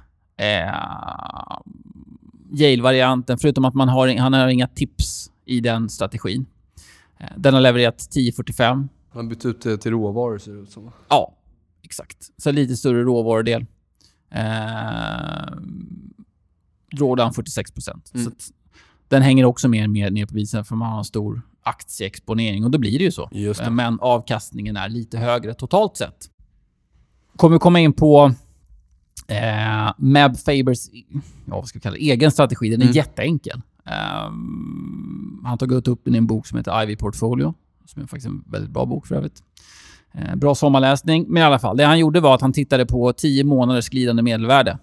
[SPEAKER 2] Yale-varianten, förutom att han har inga tips i den strategin. Den har levererat 10,45.
[SPEAKER 1] Han bytt ut det till råvaror, ser det ut som.
[SPEAKER 2] Ja, exakt. Så lite större råvarudel. Drawdown 46%. Så den hänger också mer ner på visen för man har en stor aktieexponering och då blir det ju så. Men avkastningen är lite högre totalt sett. Kommer komma in på Meb Fabers egen strategi. Den är jätteenkel. Han har gått upp i en bok som heter Ivy Portfolio, som är faktiskt en väldigt bra bok för övrigt. Bra sommarläsning, men i alla fall. Det han gjorde var att han tittade på 10 månaders glidande medelvärde.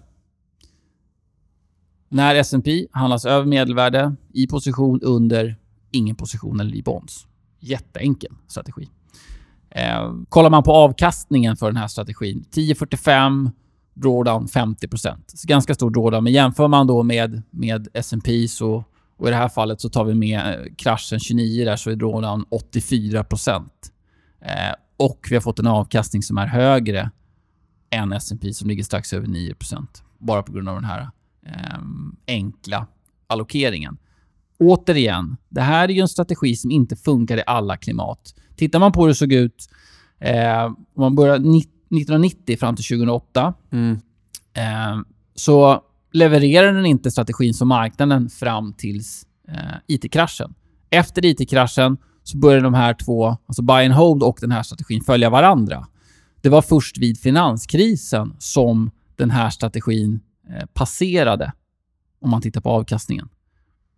[SPEAKER 2] När S&P handlas över medelvärde, i position, under, ingen position eller i bonds. Jätteenkel strategi. Kollar man på avkastningen för den här strategin, 10,45, drawdown 50%. Så ganska stor drawdown, men jämför man då med S&P så, och i det här fallet så tar vi med kraschen 29 där, så är drawdown 84%. Och vi har fått en avkastning som är högre än S&P som ligger strax över 9%. Bara på grund av den här enkla allokeringen. Återigen, det här är ju en strategi som inte funkar i alla klimat. Tittar man på hur det såg ut om man börjar 1990 fram till 2008 så levererar den inte strategin som marknaden fram tills IT-kraschen. Efter IT-kraschen så började de här två, alltså buy and hold och den här strategin, följa varandra. Det var först vid finanskrisen som den här strategin passerade, om man tittar på avkastningen.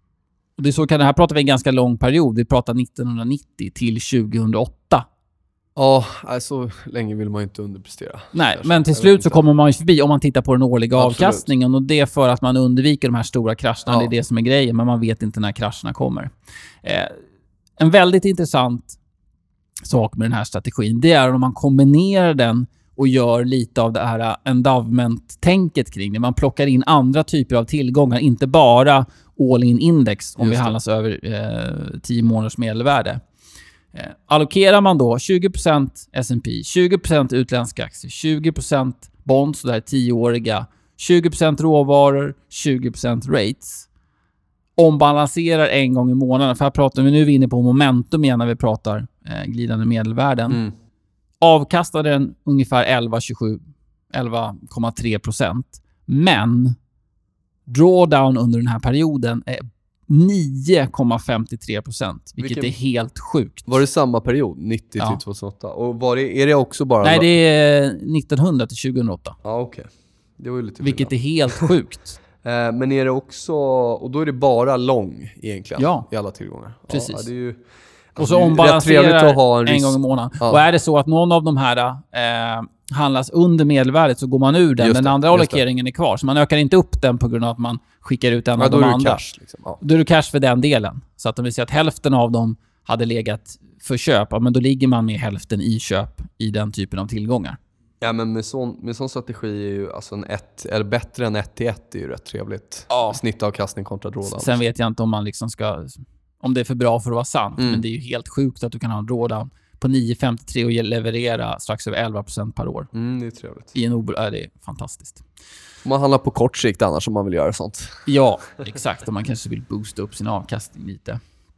[SPEAKER 2] Och det är så, det här pratar vi en ganska lång period. Vi pratar 1990 till 2008.
[SPEAKER 1] Ja, så länge vill man ju inte underprestera.
[SPEAKER 2] Nej, men till slut så kommer man ju förbi om man tittar på den årliga avkastningen. Och det är för att man undviker de här stora krascherna. Det är det som är grejen, men man vet inte när krascherna kommer. En väldigt intressant sak med den här strategin, det är om man kombinerar den och gör lite av det här endowment-tänket kring det. Man plockar in andra typer av tillgångar, inte bara all-in index om vi handlas över 10 månaders medelvärde. Allokerar man då 20% S&P, 20% utländska aktier, 20% bonds, där 10-åriga, 20% råvaror, 20% rates. Ombalanserar en gång i månaden. För här pratar vi nu inne på momentum igen när vi pratar glidande medelvärden. Avkastade den ungefär 11,3%. Men drawdown under den här perioden är 9,53%. Vilket är helt sjukt.
[SPEAKER 1] Var det samma period? 90 till 2008? Och är det också bara...
[SPEAKER 2] Nej, det är 1900 till 2008.
[SPEAKER 1] Ja, okej. Det var ju lite
[SPEAKER 2] vilket är helt sjukt.
[SPEAKER 1] Men är det också... Och då är det bara lång egentligen i alla tillgångar.
[SPEAKER 2] Precis.
[SPEAKER 1] Ja, det är ju...
[SPEAKER 2] Och så ombalanserar en gång i månaden. Ja. Och är det så att någon av de här handlas under medelvärdet så går man ur den. Den andra allokeringen är kvar. Så man ökar inte upp den på grund av att man skickar ut en av de andra.
[SPEAKER 1] Cash, liksom.
[SPEAKER 2] Då är det cash för den delen. Så att om vi säger att hälften av dem hade legat för köp, men då ligger man med hälften i köp i den typen av tillgångar.
[SPEAKER 1] Ja, men med sån strategi är ju alltså eller bättre än 1-1 är ju rätt trevligt. Snittavkastning kontra drawdown.
[SPEAKER 2] Sen vet jag inte om man liksom om det är för bra för att vara sant. Men det är ju helt sjukt att du kan ha en drawdown på 9,53 och leverera strax över 11% per år.
[SPEAKER 1] Det är trevligt.
[SPEAKER 2] Det är fantastiskt.
[SPEAKER 1] Man handlar på kort sikt annars om man vill göra sånt.
[SPEAKER 2] Ja, exakt. Och man kanske vill boosta upp sin avkastning lite.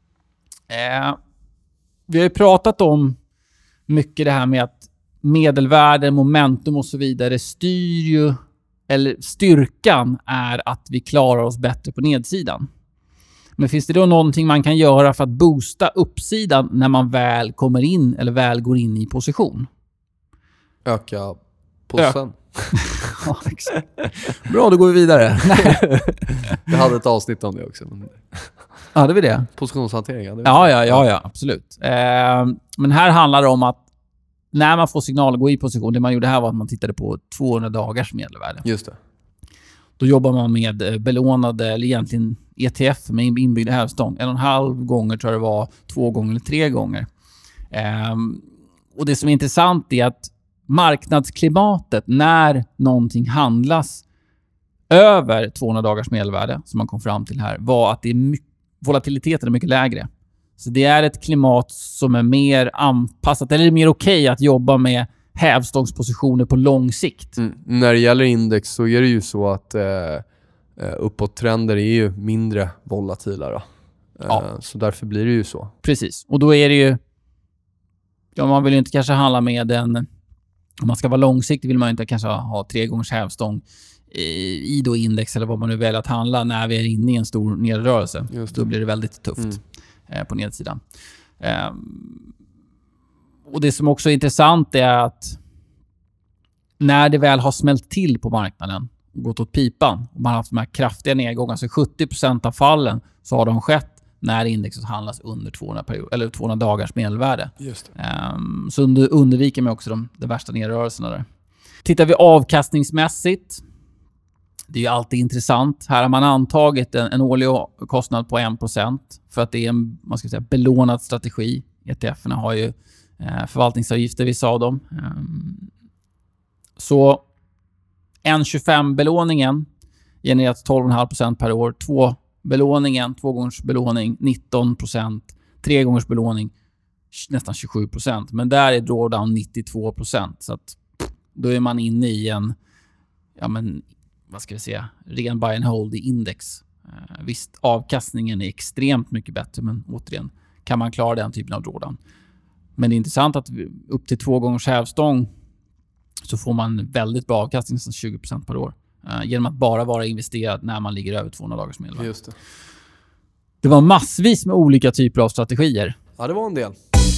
[SPEAKER 2] Vi har ju pratat om mycket det här med att medelvärden, momentum och så vidare styr ju, eller styrkan är att vi klarar oss bättre på nedsidan. Men finns det då någonting man kan göra för att boosta uppsidan när man väl kommer in eller väl går in i position?
[SPEAKER 1] Öka posen.
[SPEAKER 2] Ja, exakt.
[SPEAKER 1] Bra, då går vi vidare. Jag hade ett avsnitt om det också.
[SPEAKER 2] Hade vi det?
[SPEAKER 1] Positionshantering.
[SPEAKER 2] Ja, absolut. Men här handlar det om att när man får signal att gå i position, det man gjorde här var att man tittade på 200 dagars medelvärde.
[SPEAKER 1] Just det.
[SPEAKER 2] Då jobbar man med belånade, eller egentligen ETF med inbyggd hävstång. 1,5 gånger tror jag det var, 2 gånger eller 3 gånger. Och det som är intressant är att marknadsklimatet när någonting handlas över 200 dagars medelvärde, som man kom fram till här, var att volatiliteten är mycket lägre. Så det är ett klimat som är mer anpassat, eller mer okej att jobba med hävstångspositioner på lång sikt.
[SPEAKER 1] När det gäller index så är det ju så att uppåttrender är ju mindre volatila då. Så därför blir det ju så.
[SPEAKER 2] Precis. Och då är det ju... Ja, man vill ju inte kanske handla med om man ska vara långsiktig vill man ju inte kanske ha 3 gångers hävstång i då index eller vad man nu väljer att handla när vi är inne i en stor nedrörelse. Då blir det väldigt tufft på nedsidan. Och det som också är intressant är att när det väl har smält till på marknaden och gått åt pipan och man har haft de här kraftiga nedgångarna, så 70% av fallen så har de skett när indexet handlas under 200 dagars medelvärde.
[SPEAKER 1] Just det.
[SPEAKER 2] Så undviker man också de värsta nedrörelserna där. Tittar vi avkastningsmässigt, det är ju alltid intressant. Här har man antagit en årlig kostnad på 1% för att det är en belånad strategi. ETFerna har ju förvaltningsavgifter, vi sa dem. Så 1,25 genererat 12,5% per år. 2 gångers belåning 19%, 3 gångers belåning nästan 27%. Men där är drawdown 92%. Så att då är man inne i en ren buy and hold i index. Visst, avkastningen är extremt mycket bättre, men återigen, kan man klara den typen av drawdown? Men det är intressant att upp till 2 gångers hävstång så får man väldigt bra avkastning, nästan 20% per år. Genom att bara vara investerad när man ligger över 200 dagars medelvärde.
[SPEAKER 1] Just det.
[SPEAKER 2] Det var massvis med olika typer av strategier.
[SPEAKER 1] Ja, det var en del.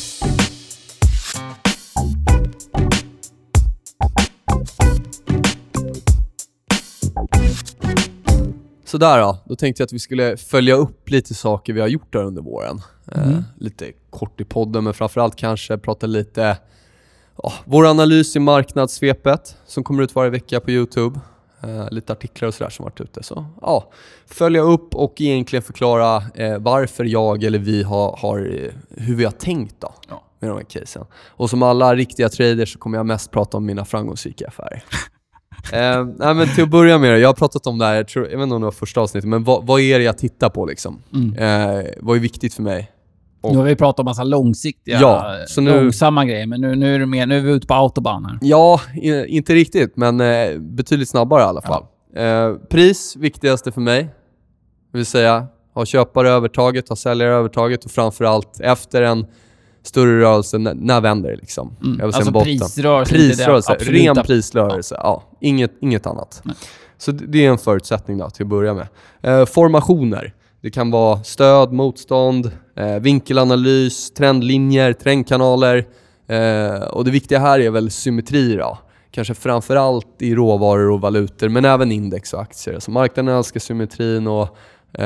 [SPEAKER 1] Sådär då tänkte jag att vi skulle följa upp lite saker vi har gjort där under våren. Lite kort i podden, men framförallt kanske prata lite vår analys i marknadssvepet som kommer ut varje vecka på YouTube. Lite artiklar och sådär som varit ute. Så följa upp och egentligen förklara varför jag eller vi har hur vi har tänkt då med de här casen. Och som alla riktiga traders så kommer jag mest prata om mina framgångsrika affärer. Nej, men till att börja med det, jag har pratat om det här, jag vet inte om det var första avsnittet, men vad är det jag tittar på liksom? Vad är viktigt för mig?
[SPEAKER 2] Nu har vi pratat om massa långsiktiga, långsamma grejer, men nu är vi ute på autobahn här.
[SPEAKER 1] Ja, inte riktigt, men betydligt snabbare i alla fall. Pris, viktigaste för mig. Det vill säga, ha köpare övertaget, ha säljare övertaget och framförallt efter en större rörelse, när vänder det liksom.
[SPEAKER 2] Alltså prisrörelse.
[SPEAKER 1] Ren prisrörelse. Inget annat. Nej. Så det är en förutsättning då, till att börja med. Formationer. Det kan vara stöd, motstånd, vinkelanalys, trendlinjer, trendkanaler. Och det viktiga här är väl symmetri då. Kanske framförallt i råvaror och valutor, men även index och aktier. Så marknaden älskar symmetrin och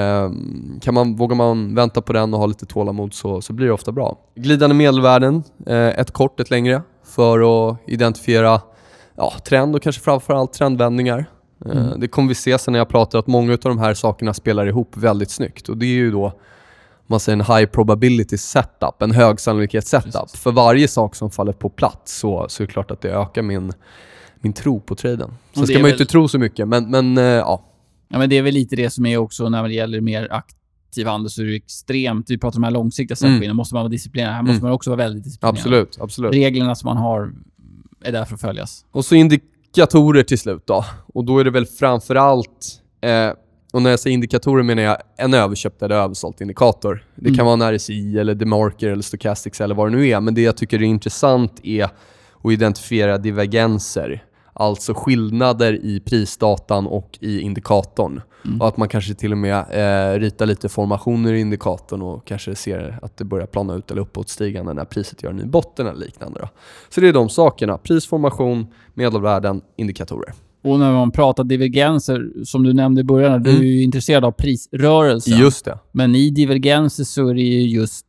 [SPEAKER 1] vågar man vänta på den och ha lite tålamod så blir det ofta bra. Glidande medelvärden, ett kort, ett längre, för att identifiera trend och kanske framförallt trendvändningar. Det kommer vi se sen när jag pratar att många av de här sakerna spelar ihop väldigt snyggt. Och det är ju då, man säger en high probability setup, en hög sannolikhet setup. Precis. För varje sak som faller på plats så är det klart att det ökar min tro på traden. Så ska man ju inte tro så mycket, men ja.
[SPEAKER 2] Ja, men det är väl lite det som är också när det gäller mer aktiv handel, så är det extremt. Vi pratar om de här långsiktiga strategierna, måste man vara disciplinerad. Här måste man också vara väldigt disciplinerad.
[SPEAKER 1] Absolut.
[SPEAKER 2] Reglerna som man har är därför att följas.
[SPEAKER 1] Och så indikatorer till slut då. Och då är det väl framförallt, och när jag säger indikatorer menar jag en överköpt eller översålt indikator. Det kan vara en RSI eller DeMarker eller Stochastics eller vad det nu är. Men det jag tycker är intressant är att identifiera divergenser. Alltså skillnader i prisdatan och i indikatorn. Och att man kanske till och med ritar lite formationer i indikatorn och kanske ser att det börjar plana ut eller uppåtstigande när priset gör en ny botten eller liknande då. Så det är de sakerna. Prisformation, medelvärden, indikatorer. Och
[SPEAKER 2] när man pratar divergenser, som du nämnde i början, du är ju intresserad av prisrörelsen.
[SPEAKER 1] Just det.
[SPEAKER 2] Men i divergenser så är det ju just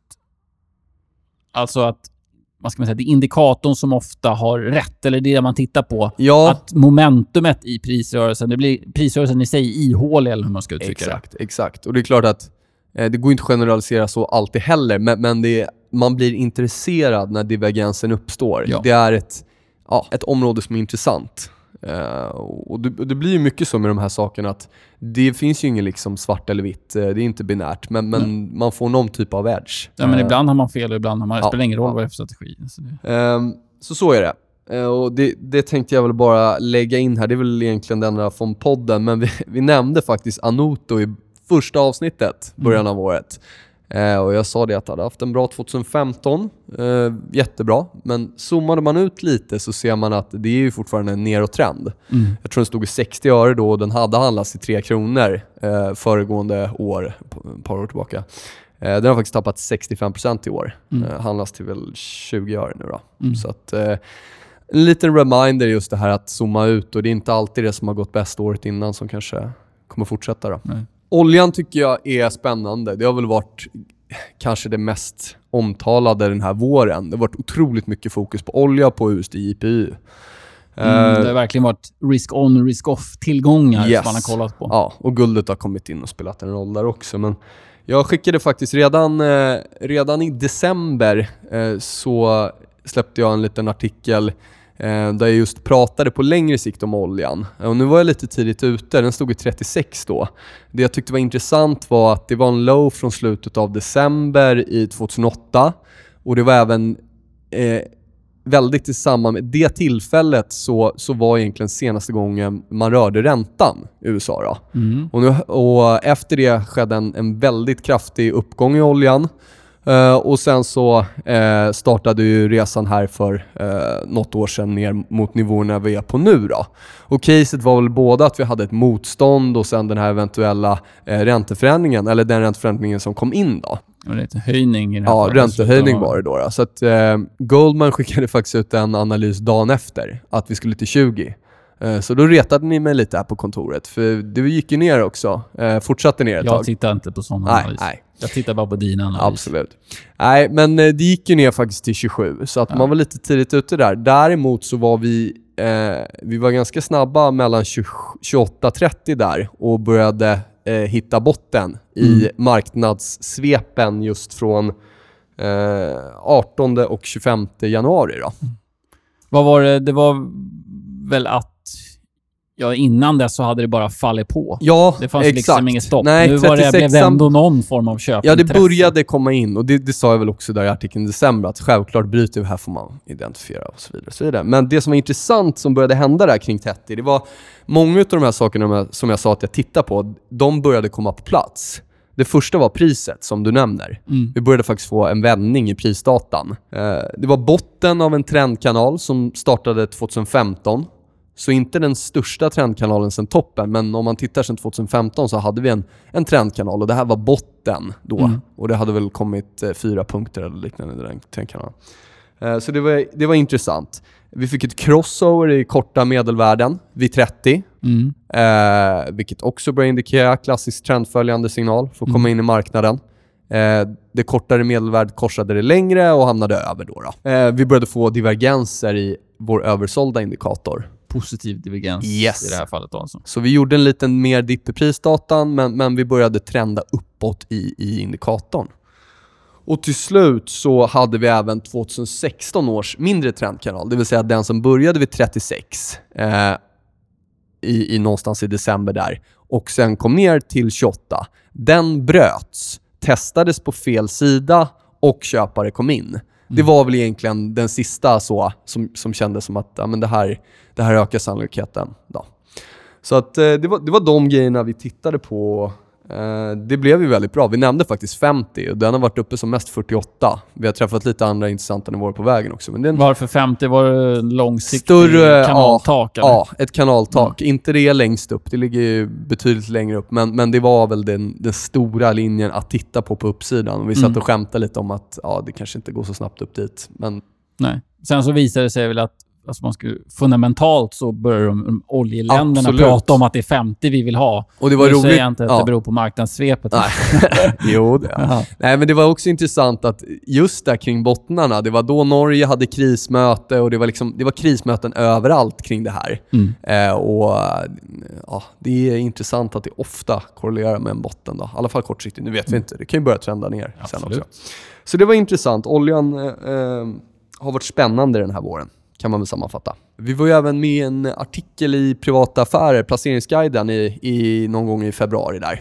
[SPEAKER 2] alltså att vad ska man säga, det är indikatorn som ofta har rätt, eller det man tittar på.
[SPEAKER 1] Ja.
[SPEAKER 2] Att momentumet i prisrörelsen, det blir prisrörelsen i sig ihålig, eller hur man ska uttrycka det.
[SPEAKER 1] Exakt. Och det är klart att det går inte att generalisera så alltid heller, men man blir intresserad när divergensen uppstår. Ja. Det är ett område som är intressant. Och det blir ju mycket så med de här sakerna att det finns ju ingen liksom svart eller vitt, det är inte binärt, men man får någon typ av edge.
[SPEAKER 2] Ja, men ibland har man fel och ibland har man, det spelar ingen roll vad det är för strategi.
[SPEAKER 1] Så är det. Och det tänkte jag väl bara lägga in här, det är väl egentligen den där från podden, men vi nämnde faktiskt Anoto i första avsnittet, början av året. Och jag sa det att jag hade haft en bra 2015, jättebra, men zoomade man ut lite så ser man att det är ju fortfarande en neråtrend. Jag tror den stod i 60 öre då och den hade handlats i 3 kronor föregående år, ett par år tillbaka. Den har faktiskt tappat 65% i år, handlas till väl 20 öre nu då. Så att en liten reminder just det här att zooma ut, och det är inte alltid det som har gått bäst året innan som kanske kommer fortsätta då. Nej. Oljan tycker jag är spännande. Det har väl varit kanske det mest omtalade den här våren. Det har varit otroligt mycket fokus på olja, på USD, IPU.
[SPEAKER 2] Det har verkligen varit risk-on, risk-off-tillgångar som man har kollat på.
[SPEAKER 1] Ja, och guldet har kommit in och spelat en roll där också. Men jag skickade faktiskt redan i december så släppte jag en liten artikel där jag just pratade på längre sikt om oljan. Och nu var jag lite tidigt ute, den stod i 36 då. Det jag tyckte var intressant var att det var en low från slutet av december i 2008. Och det var även väldigt i samband med det tillfället så var egentligen senaste gången man rörde räntan i USA då. Och efter det skedde en väldigt kraftig uppgång i oljan. Och sen så startade ju resan här för något år sedan ner mot nivåerna vi är på nu då. Och caset var väl både att vi hade ett motstånd och sen den här eventuella ränteförändringen, eller den ränteförändringen som kom in då.
[SPEAKER 2] Och lite höjning i den här.
[SPEAKER 1] Ja, räntehöjning var det då. Så att Goldman skickade faktiskt ut en analys dagen efter att vi skulle till 20. Så då retade ni mig lite här på kontoret. För du gick ju ner också. Fortsatte ner ett tag.
[SPEAKER 2] Jag tittar inte på sådana analyser. Nej. Jag tittar bara på dina analyser.
[SPEAKER 1] Absolut. Nej, men det gick ju ner faktiskt till 27. Så att man var lite tidigt ute där. Däremot så var vi var ganska snabba mellan 28-30 där. Och började hitta botten i marknadssvepen just från 18 och 25 januari då.
[SPEAKER 2] Vad var det? Det var väl att innan dess så hade det bara fallit på.
[SPEAKER 1] Ja,
[SPEAKER 2] det fanns
[SPEAKER 1] exakt.
[SPEAKER 2] Liksom ingen stopp.
[SPEAKER 1] Nej,
[SPEAKER 2] nu blev det ändå någon form av köp.
[SPEAKER 1] Ja, det började komma in och det sa jag väl också där i artikeln i december att självklart bryter vi här får man identifiera och så vidare. Och så vidare. Men det som var intressant som började hända där kring 30, det var många av de här sakerna som jag sa att jag tittar på, de började komma på plats. Det första var priset som du nämner. Vi började faktiskt få en vändning i prisdatan. Det var botten av en trendkanal som startade 2015. Så inte den största trendkanalen sedan toppen, men om man tittar sedan 2015 så hade vi en trendkanal och det här var botten då. Och det hade väl kommit 4 punkter eller liknande i den trendkanalen. Så det var intressant. Vi fick ett crossover i korta medelvärden vid 30. Vilket också börjar indikera klassisk trendföljande signal för att komma in i marknaden. Det kortare medelvärdet korsade det längre och hamnade över då. Vi började få divergenser i vår översålda indikator.
[SPEAKER 2] Positiv divergens i det här fallet alltså.
[SPEAKER 1] Så vi gjorde en liten mer dipp i prisdatan men vi började trenda uppåt i indikatorn. Och till slut så hade vi även 2016 års mindre trendkanal, det vill säga den som började vid 36 i någonstans i december där och sen kom ner till 28. Den bröts, testades på fel sida och köpare kom in. Det var väl egentligen den sista som kändes som att men det här ökar sannolikheten då. Så att det var de grejerna vi tittade på. Det blev ju väldigt bra. Vi nämnde faktiskt 50 och den har varit uppe som mest 48. Vi har träffat lite andra intressanta nivåer på vägen också. Men
[SPEAKER 2] varför 50? Var det långsiktigt större kanaltak?
[SPEAKER 1] Ja, ett kanaltak. Inte det längst upp. Det ligger ju betydligt längre upp. Men det var väl den stora linjen att titta på uppsidan. Och vi satt och skämtade lite om att det kanske inte går så snabbt upp dit. Men...
[SPEAKER 2] Nej. Sen så visade det sig väl att man skulle, fundamentalt så börjar de oljeländerna prata om att det är 50 vi vill ha. Och det var roligt. Säger jag inte att det beror på marknadssvepet.
[SPEAKER 1] Nej. Jo, det. Nej, men det var också intressant att just där kring bottnarna, det var då Norge hade krismöte och det var krismöten överallt kring det här. Det är intressant att det ofta korrelerar med en botten då. I alla fall kortsiktigt. Nu vet vi inte. Det kan ju börja trenda ner sen också. Så det var intressant. Oljan har varit spännande den här våren. Kan man väl sammanfatta. Vi var ju även med i en artikel i Privata Affärer, Placeringsguiden i någon gång i februari där.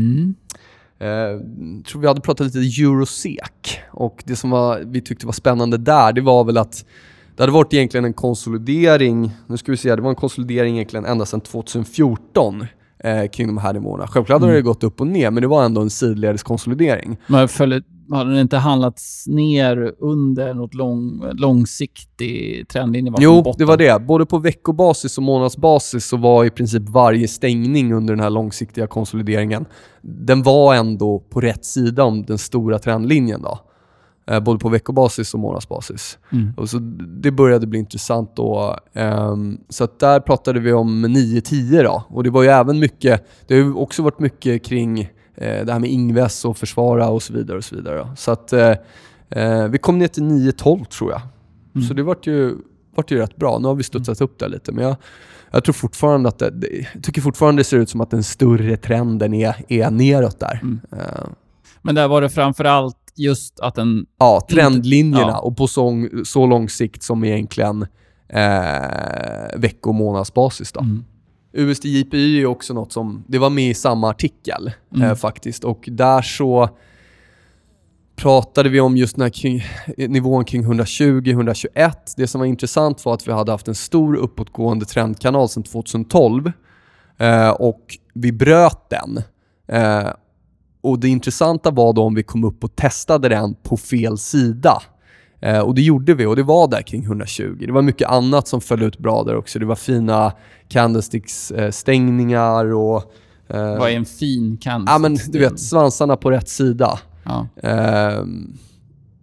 [SPEAKER 1] Tror vi hade pratat lite Eurosek och det som vi tyckte var spännande där, det var väl att det hade varit egentligen en konsolidering. Nu ska vi se, det var en konsolidering egentligen ända sedan 2014 kring de här nivåerna. Självklart har det gått upp och ner, men det var ändå en sidledes konsolidering.
[SPEAKER 2] Men hade den inte handlats ner under något långsiktig trendlinje?
[SPEAKER 1] Jo, det var det. Både på veckobasis och månadsbasis så var i princip varje stängning under den här långsiktiga konsolideringen, den var ändå på rätt sida om den stora trendlinjen då. Både på veckobasis och månadsbasis. Och så det började bli intressant då. Så att där pratade vi om 9-10 då. Och det var ju även mycket, det har ju också varit mycket kring det här med Ingves och försvara och så vidare och så vidare. Så att vi kom ner till 9-12 tror jag. Så det vart ju rätt bra. Nu har vi studsat upp där lite, men jag tror fortfarande att jag tycker fortfarande det ser ut som att den större trenden är neråt där.
[SPEAKER 2] Men där var det framförallt just att den...
[SPEAKER 1] Ja, trendlinjerna och på så lång sikt som egentligen veck- och månadsbasis då. USD-JPY är också något som, det var med i samma artikel faktiskt, och där så pratade vi om just nivån kring 120-121. Det som var intressant var att vi hade haft en stor uppåtgående trendkanal sedan 2012 och vi bröt den. Och det intressanta var då om vi kom upp och testade den på fel sida. Och det gjorde vi, och det var där kring 120. Det var mycket annat som föll ut bra där också. Det var fina candlesticks-stängningar och...
[SPEAKER 2] Vad är en fin candlestick?
[SPEAKER 1] Ja, men du vet, svansarna på rätt sida.
[SPEAKER 2] Ja.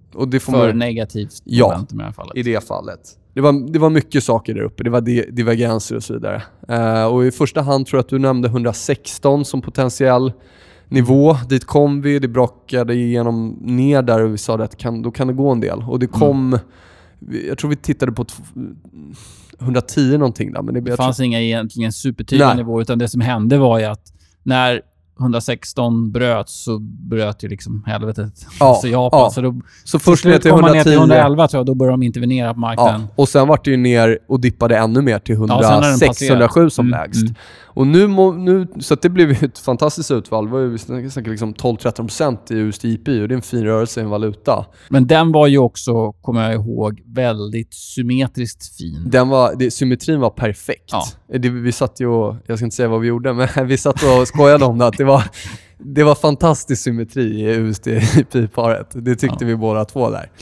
[SPEAKER 1] Och det får
[SPEAKER 2] för negativt momentum i det här fallet.
[SPEAKER 1] I det fallet. Det var mycket saker där uppe. Det var divergenser och så vidare. Och i första hand tror jag att du nämnde 116 som potentiell nivå. Dit kom vi, det brakade igenom ner där och vi sa att då kan det gå en del. Och det kom, jag tror vi tittade på 110 någonting där. Men
[SPEAKER 2] det fanns inga egentligen supertydliga nivåer, utan det som hände var ju att när 116 bröts så bröt ju liksom helvetet. Så Japan. Så
[SPEAKER 1] först ner till
[SPEAKER 2] 110. Ner till 111 tror jag, då började de intervenera på marknaden.
[SPEAKER 1] Och sen var det ju ner och dippade ännu mer till 106-107 som lägst. Och nu så att det blev ju ett fantastiskt utfall. Det var ju liksom 12-13% i USD/JPY och det är en fin rörelse i en valuta.
[SPEAKER 2] Men den var ju också, kommer jag ihåg, väldigt symmetriskt fin.
[SPEAKER 1] Symmetrin var perfekt. Vi satt ju och, jag ska inte säga vad vi gjorde, men vi satt och skojade om det att det var fantastisk symmetri i USD/JPY-paret. Det tyckte vi båda två där.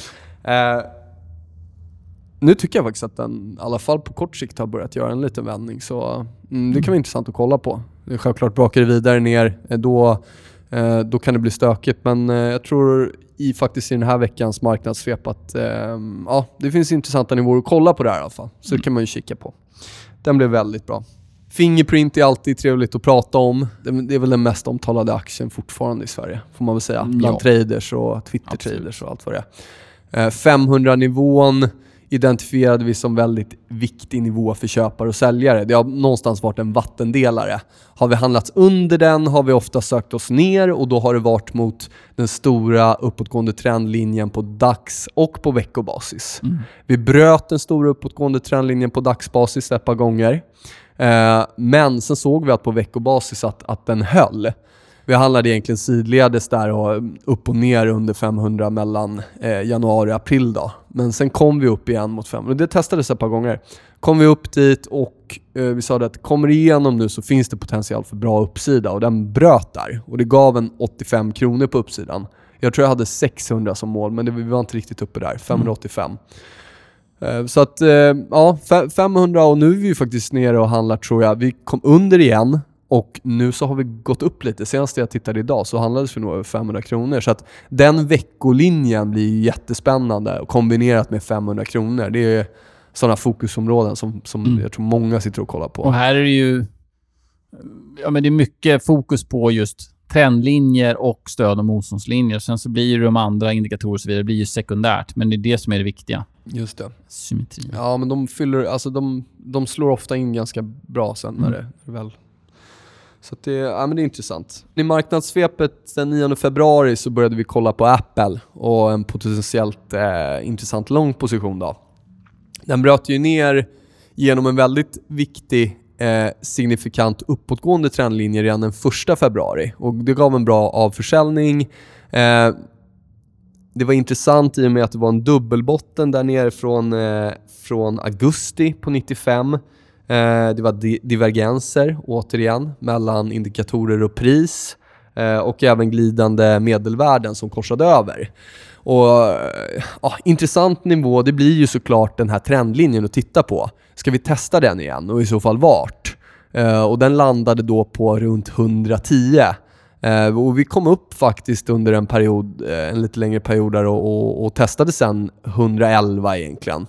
[SPEAKER 1] Nu tycker jag faktiskt att den i alla fall på kort sikt har börjat göra en liten vändning. Så det kan vara intressant att kolla på. Det är självklart brakar det vidare ner. Då kan det bli stökigt. Men jag tror faktiskt i den här veckans marknadssvep att det finns intressanta nivåer att kolla på där i alla fall. Så det kan man ju kika på. Den blev väldigt bra. Fingerprint är alltid trevligt att prata om. Det är väl den mest omtalade aktien fortfarande i Sverige, får man väl säga. Bland traders och Twitter-traders och allt vad det är. 500-nivån identifierade vi som väldigt viktig nivå för köpare och säljare. Det har någonstans varit en vattendelare. Har vi handlats under den har vi ofta sökt oss ner och då har det varit mot den stora uppåtgående trendlinjen på dags- och på veckobasis. Vi bröt den stora uppåtgående trendlinjen på dagsbasis ett par gånger. Men sen såg vi att på veckobasis att den höll. Vi handlade egentligen sidledes där och upp och ner under 500 mellan januari och april då. Men sen kom vi upp igen mot 500. Det testades ett par gånger. Kom vi upp dit och vi sa att kommer det igenom nu så finns det potential för bra uppsida. Och den bröt där. Och det gav en 85 kronor på uppsidan. Jag tror jag hade 600 som mål, men vi var inte riktigt uppe där. 585. Så att 500 och nu är vi faktiskt nere och handlar tror jag. Vi kom under igen. Och nu så har vi gått upp lite. Senast jag tittade idag så handlades vi nog över 500 kronor. Så att den veckolinjen blir jättespännande. Och kombinerat med 500 kronor. Det är sådana fokusområden som jag tror många sitter och kollar på.
[SPEAKER 2] Och här är det ju... Ja, men det är mycket fokus på just trendlinjer och stöd- och motståndslinjer. Sen så blir de andra indikatorer och så vidare. Det blir ju sekundärt. Men det är det som är det viktiga.
[SPEAKER 1] Just det.
[SPEAKER 2] Symmetri.
[SPEAKER 1] Ja, men de slår ofta in ganska bra sen när det väl... Så att men det är intressant. I marknadssvepet den 9 februari så började vi kolla på Apple och en potentiellt intressant lång position då. Den bröt ju ner genom en väldigt viktig signifikant uppåtgående trendlinje redan den 1 februari. Och det gav en bra avförsäljning. Det var intressant i och med att det var en dubbelbotten där nere från augusti på 95. Det var divergenser återigen mellan indikatorer och pris och även glidande medelvärden som korsade över. Och intressant nivå, det blir ju såklart den här trendlinjen att titta på. Ska vi testa den igen och i så fall vart? Och den landade då på runt 110. Och vi kom upp faktiskt under en lite längre period där och testade sen 111 egentligen.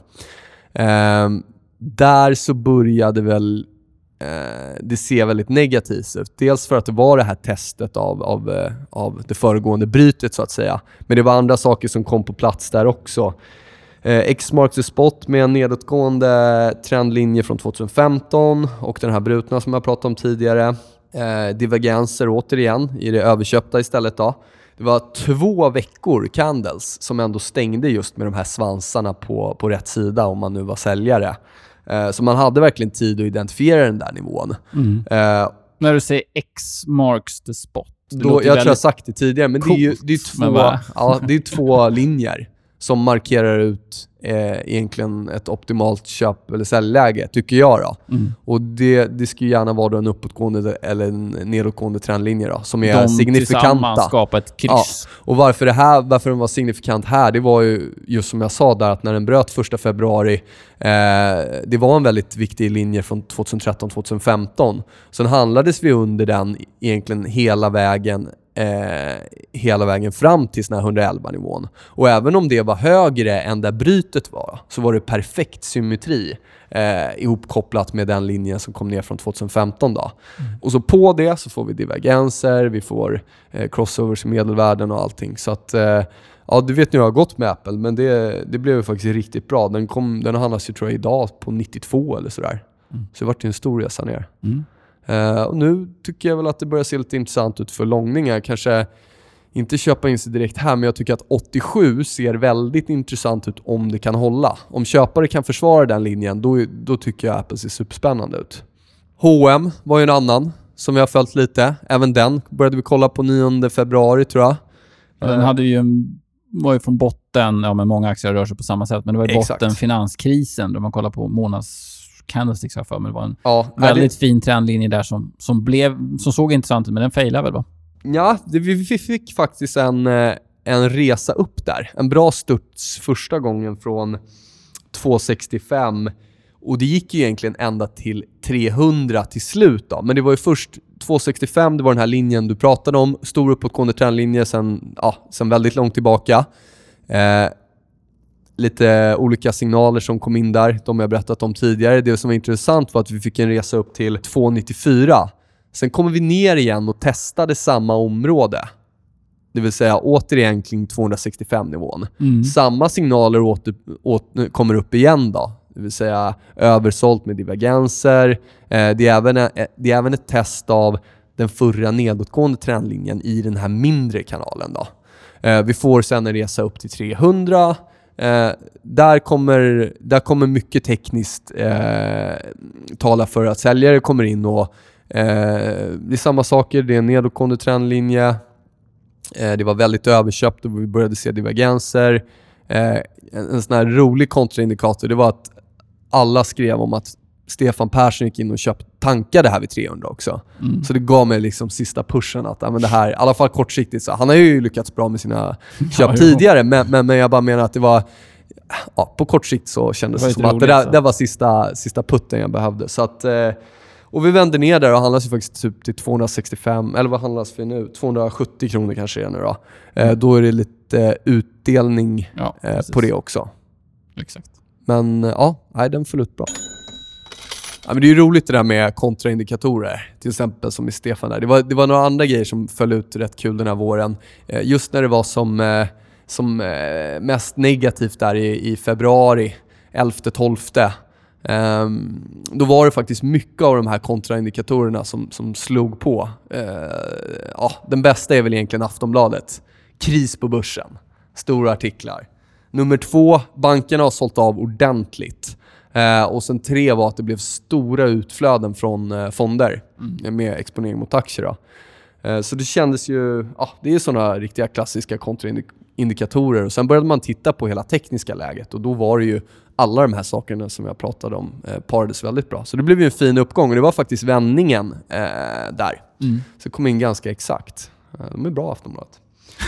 [SPEAKER 1] Där så började väl det ser väldigt negativt ut. Dels för att det var det här testet av det föregående brytet så att säga. Men det var andra saker som kom på plats där också. X marks the spot med en nedåtgående trendlinje från 2015 och den här brutna som jag pratade om tidigare. Divergenser återigen i det överköpta istället då. Det var 2 veckor candles som ändå stängde just med de här svansarna på rätt sida om man nu var säljare. Så man hade verkligen tid att identifiera den där nivån.
[SPEAKER 2] När du säger X marks the spot.
[SPEAKER 1] Jag tror jag har sagt det tidigare, men coolt, det är 2 linjer som markerar ut egentligen ett optimalt köp- eller säljläge, tycker jag då. Och det ska ju gärna vara en uppåtgående eller en nedåtgående trendlinje då, som är signifikanta.
[SPEAKER 2] Tillsammans skapa ett kryss.
[SPEAKER 1] Ja. Och varför den var signifikant här, det var ju just som jag sa där, att när den bröt 1 februari, det var en väldigt viktig linje från 2013-2015. Sen handlades vi under den egentligen hela vägen hela vägen fram till den här 111 nivån. Och även om det var högre än där brytet var, så var det perfekt symmetri ihopkopplat med den linjen som kom ner från 2015 då. Och så på det så får vi divergenser, vi får crossovers i medelvärden och allting. Så att ja, du vet nu jag har gått med Apple, men det blev faktiskt riktigt bra. Den handlas ju tror jag idag på 92 eller sådär. Så det var en stor resa ner. Och nu tycker jag väl att det börjar se lite intressant ut för långningar. Kanske inte köpa in sig direkt här, men jag tycker att 87 ser väldigt intressant ut om det kan hålla. Om köpare kan försvara den linjen, då tycker jag Apple ser superspännande ut. H&M var ju en annan som vi har följt lite. Även den började vi kolla på 9 februari tror jag.
[SPEAKER 2] Den var ju från botten, men många aktier rör sig på samma sätt, men det var ju botten finanskrisen då man kollar på candlesticks här för mig. Det var en väldigt fin trendlinje där som såg intressant ut, men den failade väl va?
[SPEAKER 1] Ja, vi fick faktiskt en resa upp där. En bra studs första gången från 265 och det gick ju egentligen ända till 300 till slut då. Men det var ju först 265, det var den här linjen du pratade om. Stor uppåtgående trendlinje sen väldigt långt tillbaka. Lite olika signaler som kom in där, de jag berättat om tidigare. Det som var intressant var att vi fick en resa upp till 294. Sen kommer vi ner igen och testade samma område. Det vill säga återigen kring 265-nivån. Samma signaler kommer upp igen då. Det vill säga översålt med divergenser. Det är även ett test av den förra nedåtgående trendlinjen i den här mindre kanalen då. Vi får sen en resa upp till 300. Där kommer mycket tekniskt tala för att säljare kommer in och det är samma saker, det är en nedåtgående trendlinje. Det var väldigt överköpt och vi började se divergenser. En sån här rolig kontraindikator, det var att alla skrev om att Stefan Persson gick in och tankade här vid 300 också. Så det gav mig liksom sista pushen att men det här, i alla fall kortsiktigt så. Han har ju lyckats bra med sina köp tidigare, men jag bara menar att det var på kort sikt så kändes det som att det var sista putten jag behövde. Så att och vi vände ner där och handlas ju faktiskt typ till 265, eller vad handlas för nu? 270 kronor kanske är nu då. Då är det lite utdelning på det också.
[SPEAKER 2] Exakt.
[SPEAKER 1] Men den föll ut bra. Ja, men det är ju roligt det där med kontraindikatorer. Till exempel som i Stefan där. Det var några andra grejer som föll ut rätt kul den här våren. Just när det var som mest negativt där i februari, 11-12. Då var det faktiskt mycket av de här kontraindikatorerna som slog på. Den bästa är väl egentligen Aftonbladet. Kris på börsen. Stora artiklar. Nummer 2, bankerna har sålt av ordentligt. Och sen 3 var att det blev stora utflöden från fonder med exponering mot aktier då. Så det kändes ju, det är sådana riktiga klassiska kontraindikatorer. Och sen började man titta på hela tekniska läget och då var det ju alla de här sakerna som jag pratade om parades väldigt bra. Så det blev ju en fin uppgång och det var faktiskt vändningen där. Så det kom in ganska exakt. De är bra Aftonbladet.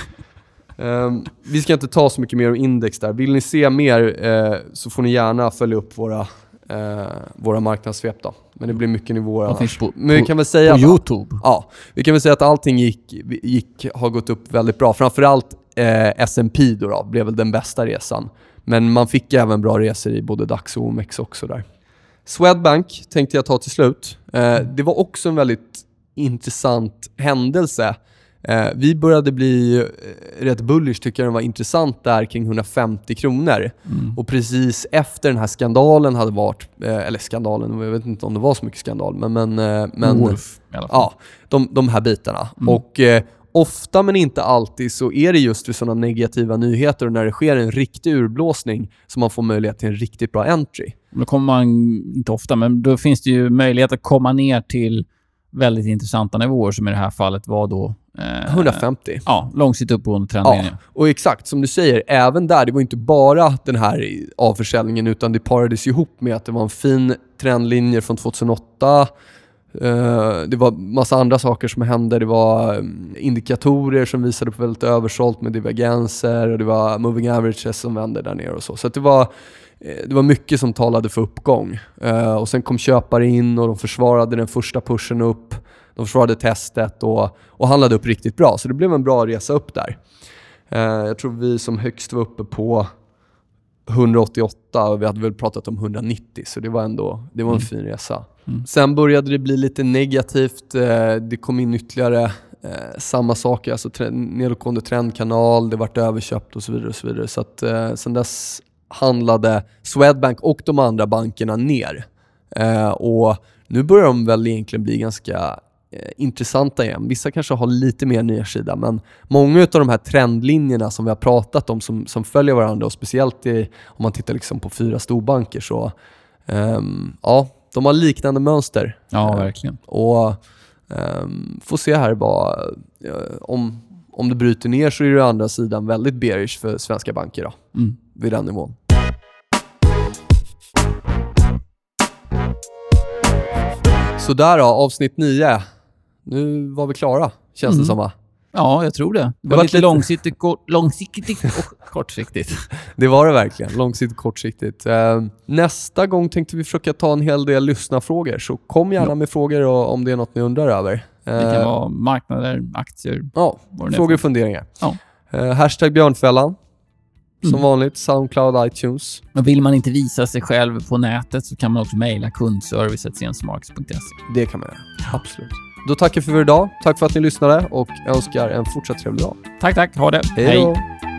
[SPEAKER 1] Vi ska inte ta så mycket mer om index där. Vill ni se mer så får ni gärna följa upp våra marknadssvep då. Men det blir mycket nivåer. Men vi kan väl säga
[SPEAKER 2] på YouTube.
[SPEAKER 1] Vi kan väl säga att allting har gått upp väldigt bra. Framförallt S&P då blev väl den bästa resan. Men man fick även bra resor i både DAX och OMX också där. Swedbank tänkte jag ta till slut. Det var också en väldigt intressant händelse. Vi började bli rätt bullish, tycker jag den var intressant där kring 150 kronor. Och precis efter den här skandalen hade varit, eller skandalen, jag vet inte om det var så mycket skandal, men
[SPEAKER 2] Wolf, i alla fall.
[SPEAKER 1] De här bitarna. Och ofta men inte alltid så är det just vid sådana negativa nyheter och när det sker en riktig urblåsning som man får möjlighet till en riktigt bra entry.
[SPEAKER 2] Då kommer man, inte ofta, men då finns det ju möjlighet att komma ner till väldigt intressanta nivåer som i det här fallet var då
[SPEAKER 1] 150.
[SPEAKER 2] Långsiktigt uppgående trendlinje.
[SPEAKER 1] Och exakt som du säger, även där, det var inte bara den här avförsäljningen utan det parades ihop med att det var en fin trendlinje från 2008. Det var massa andra saker som hände. Det var indikatorer som visade på väldigt översålt med divergenser och det var moving averages som vände där nere och så. Så att det var mycket som talade för uppgång. Och sen kom köpare in och de försvarade den första pushen upp. de försvarade testet och handlade upp riktigt bra. Så det blev en bra resa upp där. Jag tror vi som högst var uppe på 188 och vi hade väl pratat om 190, så det var en fin resa. Sen började det bli lite negativt. Det kom in ytterligare samma saker, alltså nedåtgående trendkanal, det vart överköpt och så vidare och så vidare. Så att sen dess handlade Swedbank och de andra bankerna ner. Och nu börjar de väl egentligen bli ganska intressanta igen. Vissa kanske har lite mer nedsida, men många av de här trendlinjerna som vi har pratat om som följer varandra, och speciellt om man tittar liksom på 4 storbanker, så de har liknande mönster.
[SPEAKER 2] Ja, verkligen.
[SPEAKER 1] Och får se här om det bryter ner, så är det å andra sidan väldigt bearish för svenska banker då, vid den nivån. Så där då, avsnitt 9. Nu var vi klara, känns det som, va?
[SPEAKER 2] Ja, jag tror det. Det var lite långsiktigt och kortsiktigt.
[SPEAKER 1] Det var det verkligen, långsiktigt och kortsiktigt. Nästa gång tänkte vi försöka ta en hel del lyssnarfrågor, så kom gärna med frågor om det är något ni undrar över.
[SPEAKER 2] Det kan vara marknader, aktier.
[SPEAKER 1] Ja, frågor och funderingar.
[SPEAKER 2] Ja.
[SPEAKER 1] Hashtag Björnfällan. Som vanligt, Soundcloud, iTunes.
[SPEAKER 2] Och vill man inte visa sig själv på nätet, så kan man också mejla kundservice@sensmarks.se.
[SPEAKER 1] Det kan man göra, absolut. Då tackar vi för idag. Tack för att ni lyssnade och önskar en fortsatt trevlig dag.
[SPEAKER 2] Tack. Ha det.
[SPEAKER 1] Hej då.